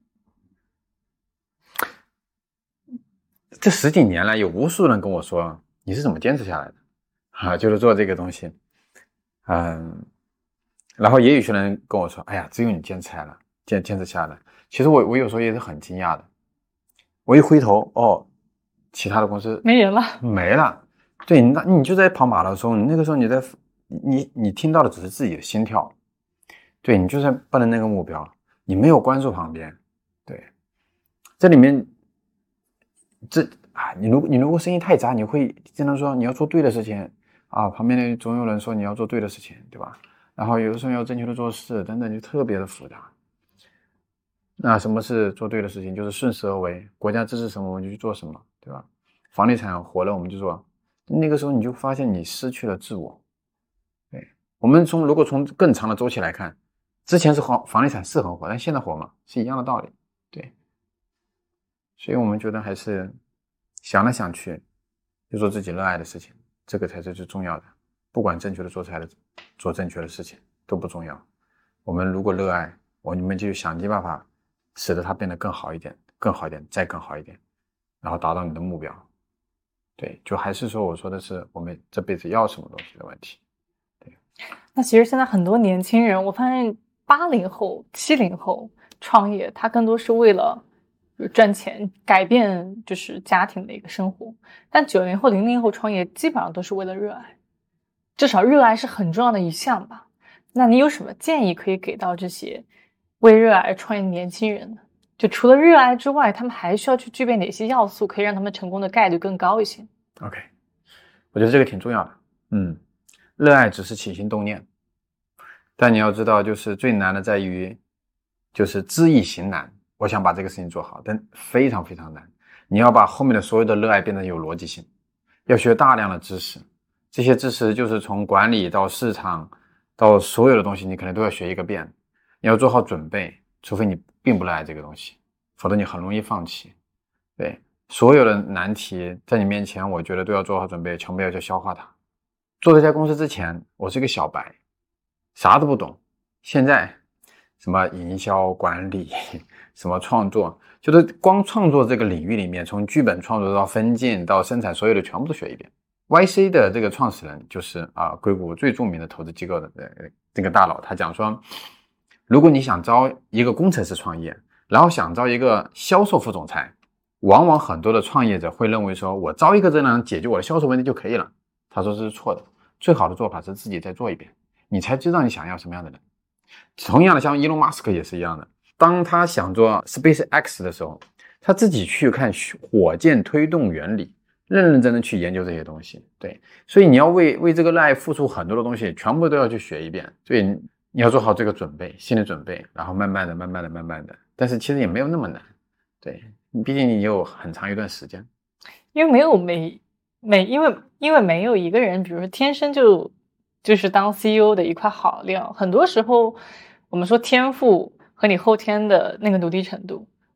这10几年来有无数人跟我说你是怎么坚持下来的啊？就是做这个东西，然后也有些人跟我说，哎呀，只有你坚持下来，坚持下来。其实我有时候也是很惊讶的，我一回头，哦，其他的公司没人了， 没了。对，那你就在跑马拉松，那个时候你听到的只是自己的心跳，对，你就在奔着那个目标，你没有关注旁边。对，这里面你如果声音太杂，你会经常说你要做对的事情啊，旁边的总有人说你要做对的事情，对吧？然后有的时候要正确的做事等等，就特别的复杂。那什么是做对的事情？就是顺势而为，国家支持什么我们就去做什么，对吧？房地产火了我们就做，那个时候你就发现你失去了自我。对，我们如果从更长的周期来看，之前是房地产是很火，但现在火嘛，是一样的道理。对，所以我们觉得还是想来想去，就做自己热爱的事情，这个才是最重要的。不管正确的做正确的事情都不重要。我们如果热爱，我们就想尽办法使得它变得更好一点，更好一点，再更好一点，然后达到你的目标。对，就还是说我说的是我们这辈子要什么东西的问题。对， 那其实现在很多年轻人，我发现80后、70后创业，他更多是为了赚钱，改变就是家庭的一个生活。但90后、00后创业基本上都是为了热爱，至少热爱是很重要的一项吧。那你有什么建议可以给到这些为热爱创业的年轻人呢？就除了热爱之外，他们还需要去具备哪些要素，可以让他们成功的概率更高一些 ？OK， 我觉得这个挺重要的。热爱只是起心动念，但你要知道，就是最难的在于，就是知易行难。我想把这个事情做好，但非常非常难。你要把后面的所有的热爱变得有逻辑性，要学大量的知识，这些知识就是从管理到市场到所有的东西，你可能都要学一个遍。你要做好准备，除非你并不热爱这个东西，否则你很容易放弃。对，所有的难题在你面前，我觉得都要做好准备，全部要去消化它。做这家公司之前，我是个小白，啥都不懂。现在什么营销管理，什么创作，就是光创作这个领域里面，从剧本创作到分镜到生产，所有的全部都学一遍。YC 的这个创始人就是硅谷最著名的投资机构的这个大佬，他讲说，如果你想招一个工程师创业，然后想招一个销售副总裁，往往很多的创业者会认为说，我招一个这样解决我的销售问题就可以了。他说这是错的，最好的做法是自己再做一遍，你才知道你想要什么样的人。同样的，像伊隆马斯克也是一样的，当他想做 SpaceX 的时候，他自己去看火箭推动原理，认真的去研究这些东西。对，所以你要为这个热爱付出很多的东西，全部都要去学一遍。所以你要做好这个准备，心理准备，然后慢慢的，但是其实也没有那么难。对，毕竟你有很长一段时间， 因为没有因为没有一个人，比如说天生就是当 CEO 的一块好料。很多时候我们说天赋和你后天的那个努力程度，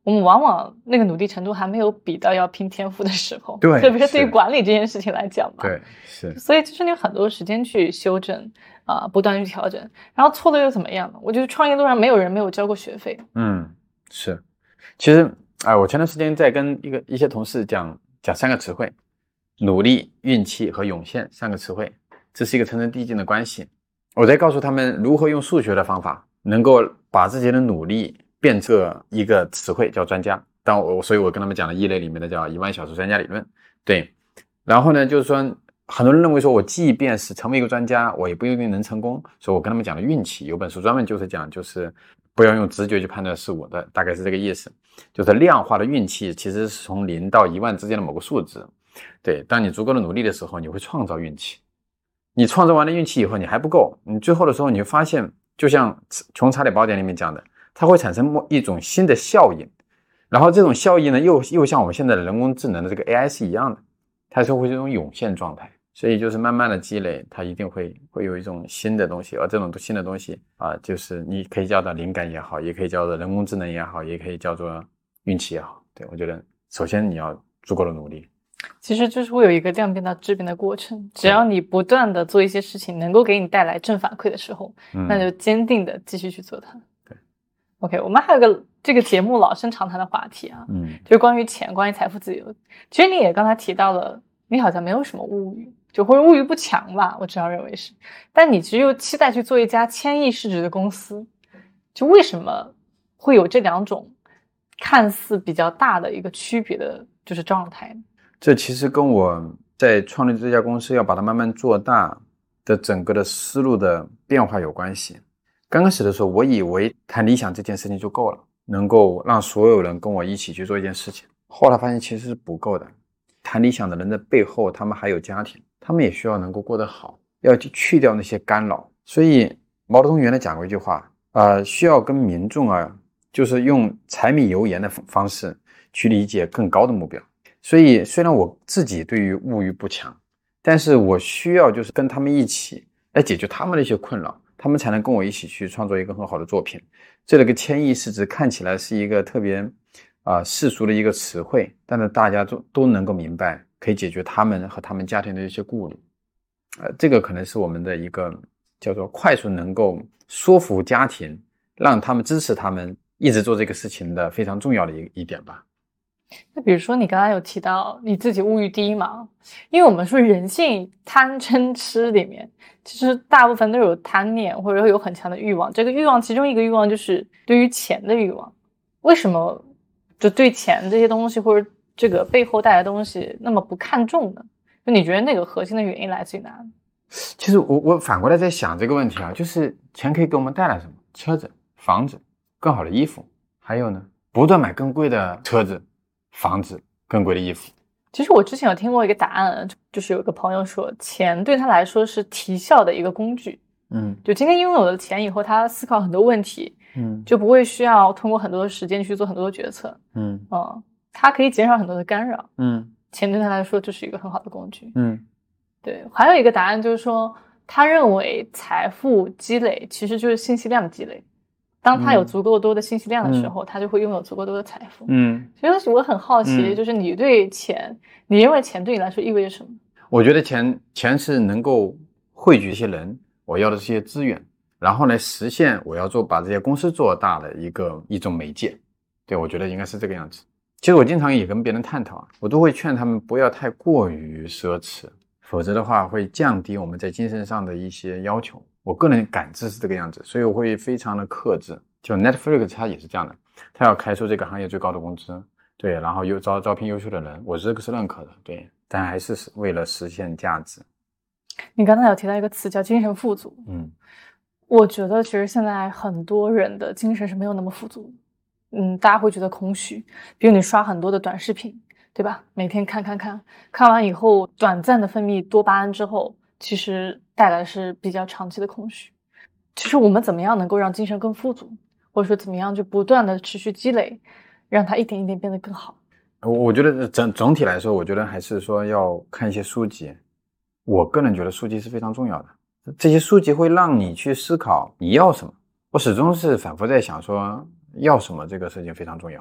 我们往往那个努力程度还没有比到要拼天赋的时候， 对， 特别是对于管理这件事情来讲嘛。 对，是。 所以就是你有很多时间去修正不断去调整，然后错了又怎么样呢？我觉得创业路上没有人没有交过学费。 是。其实我前段时间在跟一些同事讲3个词汇：努力、运气和涌现3个词汇，这是一个层层递进的关系。我在告诉他们如何用数学的方法能够把自己的努力变成一个词汇，叫专家。所以我跟他们讲了一类里面的叫10000小时专家理论。对，然后呢，就是说很多人认为说我即便是成为一个专家，我也不一定能成功，所以我跟他们讲了运气。有本书专门就是讲，就是不要用直觉去判断事物的，大概是这个意思。就是量化的运气其实是从0到10000之间的某个数值。对，当你足够的努力的时候，你会创造运气。你创造完了运气以后，你还不够，你最后的时候你会发现，就像《穷查理宝典》里面讲的，它会产生一种新的效应，然后这种效应呢，又像我们现在的人工智能的这个 AI 是一样的，它是会这种涌现状态。所以就是慢慢的积累，它一定会有一种新的东西，而这种新的东西就是你可以叫做灵感也好，也可以叫做人工智能也好，也可以叫做运气也好。对，我觉得首先你要足够的努力。 其实就是会有一个量变到质变的过程，只要你不断的做一些事情能够给你带来正反馈的时候，那就坚定的继续去做它。 对 OK， 我们还有个这个节目老生常谈的话题就是关于钱，关于财富自由。其实你也刚才提到了，你好像没有什么物欲，就或者物欲不强吧，我至少认为是。但你其实又期待去做一家1000亿市值的公司，就为什么会有这2种看似比较大的一个区别的就是状态呢？ 这其实跟我在创立这家公司要把它慢慢做大的整个的思路的变化有关系。刚开始的时候，我以为谈理想这件事情就够了，能够让所有人跟我一起去做一件事情。后来发现其实是不够的。谈理想的人的背后，他们还有家庭，他们也需要能够过得好，要去掉那些干扰。所以毛泽东原来讲过一句话，需要跟民众就是用柴米油盐的方式去理解更高的目标。所以虽然我自己对于物欲不强，但是我需要就是跟他们一起来解决他们的一些困扰，他们才能跟我一起去创作一个很好的作品。这个1000亿市值看起来是一个特别世俗的一个词汇，但是大家都能够明白，可以解决他们和他们家庭的一些顾虑。这个可能是我们的一个叫做快速能够说服家庭，让他们支持他们一直做这个事情的非常重要的一点吧。 那比如说你刚才有提到你自己物欲低嘛，因为我们说人性贪嗔痴里面其实大部分都有贪念或者有很强的欲望，这个欲望其中一个欲望就是对于钱的欲望。为什么就对钱这些东西或者这个背后带来的东西那么不看重呢？就你觉得那个核心的原因来自于哪里？ 其实我反过来在想这个问题就是钱可以给我们带来什么？车子、房子、更好的衣服，还有呢不断买更贵的车子、房子、更贵的衣服。 其实我之前有听过一个答案，就是有个朋友说钱对他来说是提效的一个工具。就今天拥有了钱以后，他思考很多问题，就不会需要通过很多的时间去做很多的决策。他可以减少很多的干扰。钱对他来说就是一个很好的工具。对。还有一个答案就是说，他认为财富积累其实就是信息量的积累。当他有足够多的信息量的时候，他就会拥有足够多的财富。所以我很好奇，就是你对钱，你认为钱对你来说意味着什么？ 我觉得钱是能够汇聚一些人，我要的这些资源，然后来实现我要把这些公司做大的一种媒介。对，我觉得应该是这个样子。其实我经常也跟别人探讨，我都会劝他们不要太过于奢侈，否则的话会降低我们在精神上的一些要求。我个人感知是这个样子，所以我会非常的克制。就 Netflix 它也是这样的，它要开出这个行业最高的工资，对，然后又招聘优秀的人，我这个是认可的，对，但还是为了实现价值。 你刚才有提到一个词叫精神富足。我觉得其实现在很多人的精神是没有那么富足。大家会觉得空虚，比如你刷很多的短视频，对吧？每天看完以后，短暂的分泌多巴胺之后，其实带来的是比较长期的空虚。其实我们怎么样能够让精神更富足，或者说怎么样就不断的持续积累，让它一点一点变得更好？ 我觉得总体来说，我觉得还是说要看一些书籍。我个人觉得书籍是非常重要的，这些书籍会让你去思考你要什么。我始终是反复在想说要什么这个事情非常重要。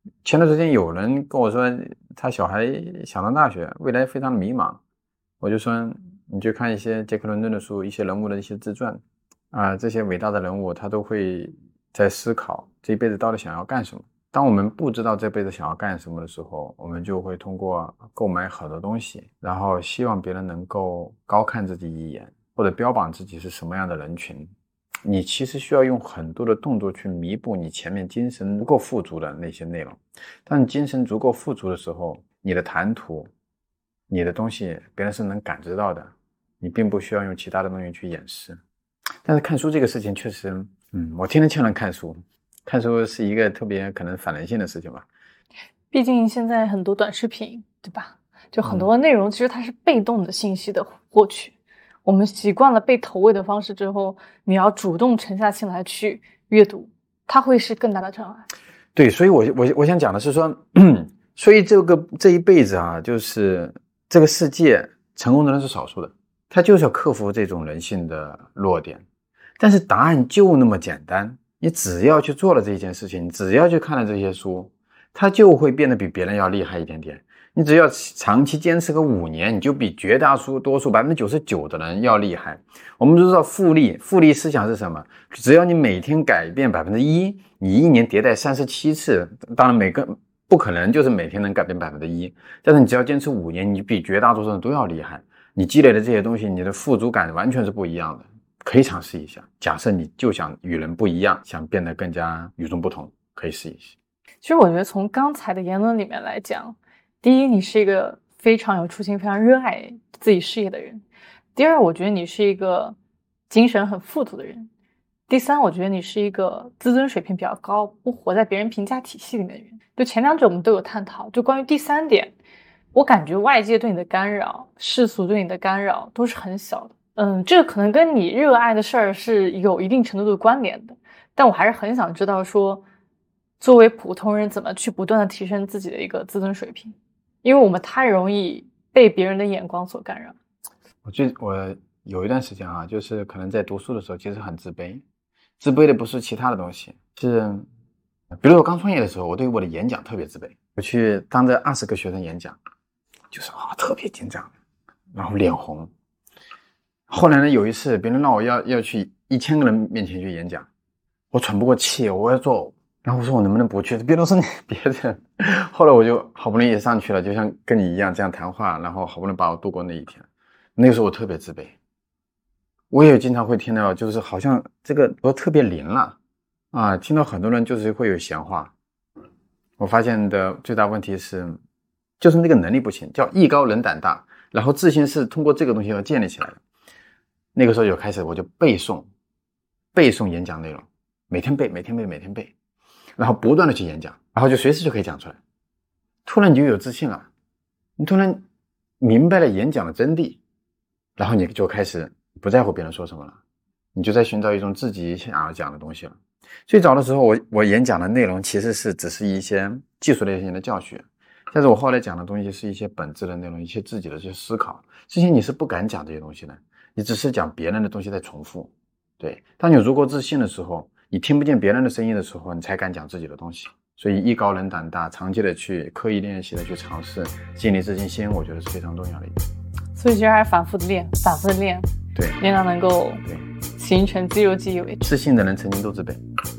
前段时间有人跟我说，他小孩想上大学，未来非常迷茫。我就说，你去看一些杰克伦敦的书，一些人物的一些自传这些伟大的人物，他都会在思考这一辈子到底想要干什么。当我们不知道这辈子想要干什么的时候，我们就会通过购买很多东西，然后希望别人能够高看自己一眼，或者标榜自己是什么样的人群。你其实需要用很多的动作去弥补你前面精神不够富足的那些内容。当你精神足够富足的时候，你的谈吐，你的东西别人是能感知到的，你并不需要用其他的东西去掩饰。但是看书这个事情确实，我天天劝人看书，看书是一个特别可能反人性的事情吧。 毕竟现在很多短视频，对吧？就很多内容其实它是被动的信息的获取。我们习惯了被投喂的方式之后，你要主动沉下心来去阅读，它会是更大的障碍。 对，所以我想讲的是说，所以这一辈子就是这个世界成功的人是少数的，他就是要克服这种人性的弱点。但是答案就那么简单，你只要去做了这件事情，只要去看了这些书，他就会变得比别人要厉害一点点。你只要长期坚持个5年，你就比绝大多数 99% 的人要厉害。我们都知道复利思想是什么？只要你每天改变 1%， 你1年迭代37次，当然不可能就是每天能改变 1%， 但是你只要坚持5年，你比绝大多数人都要厉害。你积累的这些东西，你的富足感完全是不一样的，可以尝试一下。假设你就想与人不一样，想变得更加与众不同，可以试一试。 其实我觉得从刚才的言论里面来讲，第一，你是一个非常有初心、非常热爱自己事业的人；第二，我觉得你是一个精神很富足的人；第三，我觉得你是一个自尊水平比较高、不活在别人评价体系里面的人。就前两者我们都有探讨，就关于第三点，我感觉外界对你的干扰、世俗对你的干扰都是很小的。这个可能跟你热爱的事儿是有一定程度的关联的，但我还是很想知道说，作为普通人怎么去不断的提升自己的一个自尊水平。因为我们太容易被别人的眼光所干扰。 我有一段时间就是可能在读书的时候其实很自卑，自卑的不是其他的东西，是比如我刚创业的时候，我对我的演讲特别自卑，我去当着20个学生演讲，就是特别紧张，然后脸红。后来呢，有一次别人让我要去1000个人面前去演讲，我喘不过气，我要做。然后我说我能不能不去？别人说你别的。后来我就好不容易也上去了，就像跟你一样这样谈话，然后好不容易把我度过那一天。那个时候我特别自卑，我也经常会听到，就是好像这个我特别灵了听到很多人就是会有闲话。我发现的最大问题是，就是那个能力不行，叫艺高人胆大，然后自信是通过这个东西要建立起来的。那个时候就开始我就背诵演讲内容，每天背。然后不断的去演讲，然后就随时就可以讲出来。突然你就有自信了，你突然明白了演讲的真谛，然后你就开始不在乎别人说什么了，你就在寻找一种自己想要讲的东西了。最早的时候我演讲的内容其实只是一些技术类型的教学，但是我后来讲的东西是一些本质的内容，一些自己的这些思考。之前你是不敢讲这些东西的，你只是讲别人的东西在重复。对，当你有足够自信的时候，你听不见别人的声音的时候，你才敢讲自己的东西。所以艺高人胆大，长期的去刻意练习的去尝试，建立自信心，我觉得是非常重要的一点。 所以其实还是反复的练， 对， 练到能够形成肌肉记忆为止。 自信的人曾经都自卑。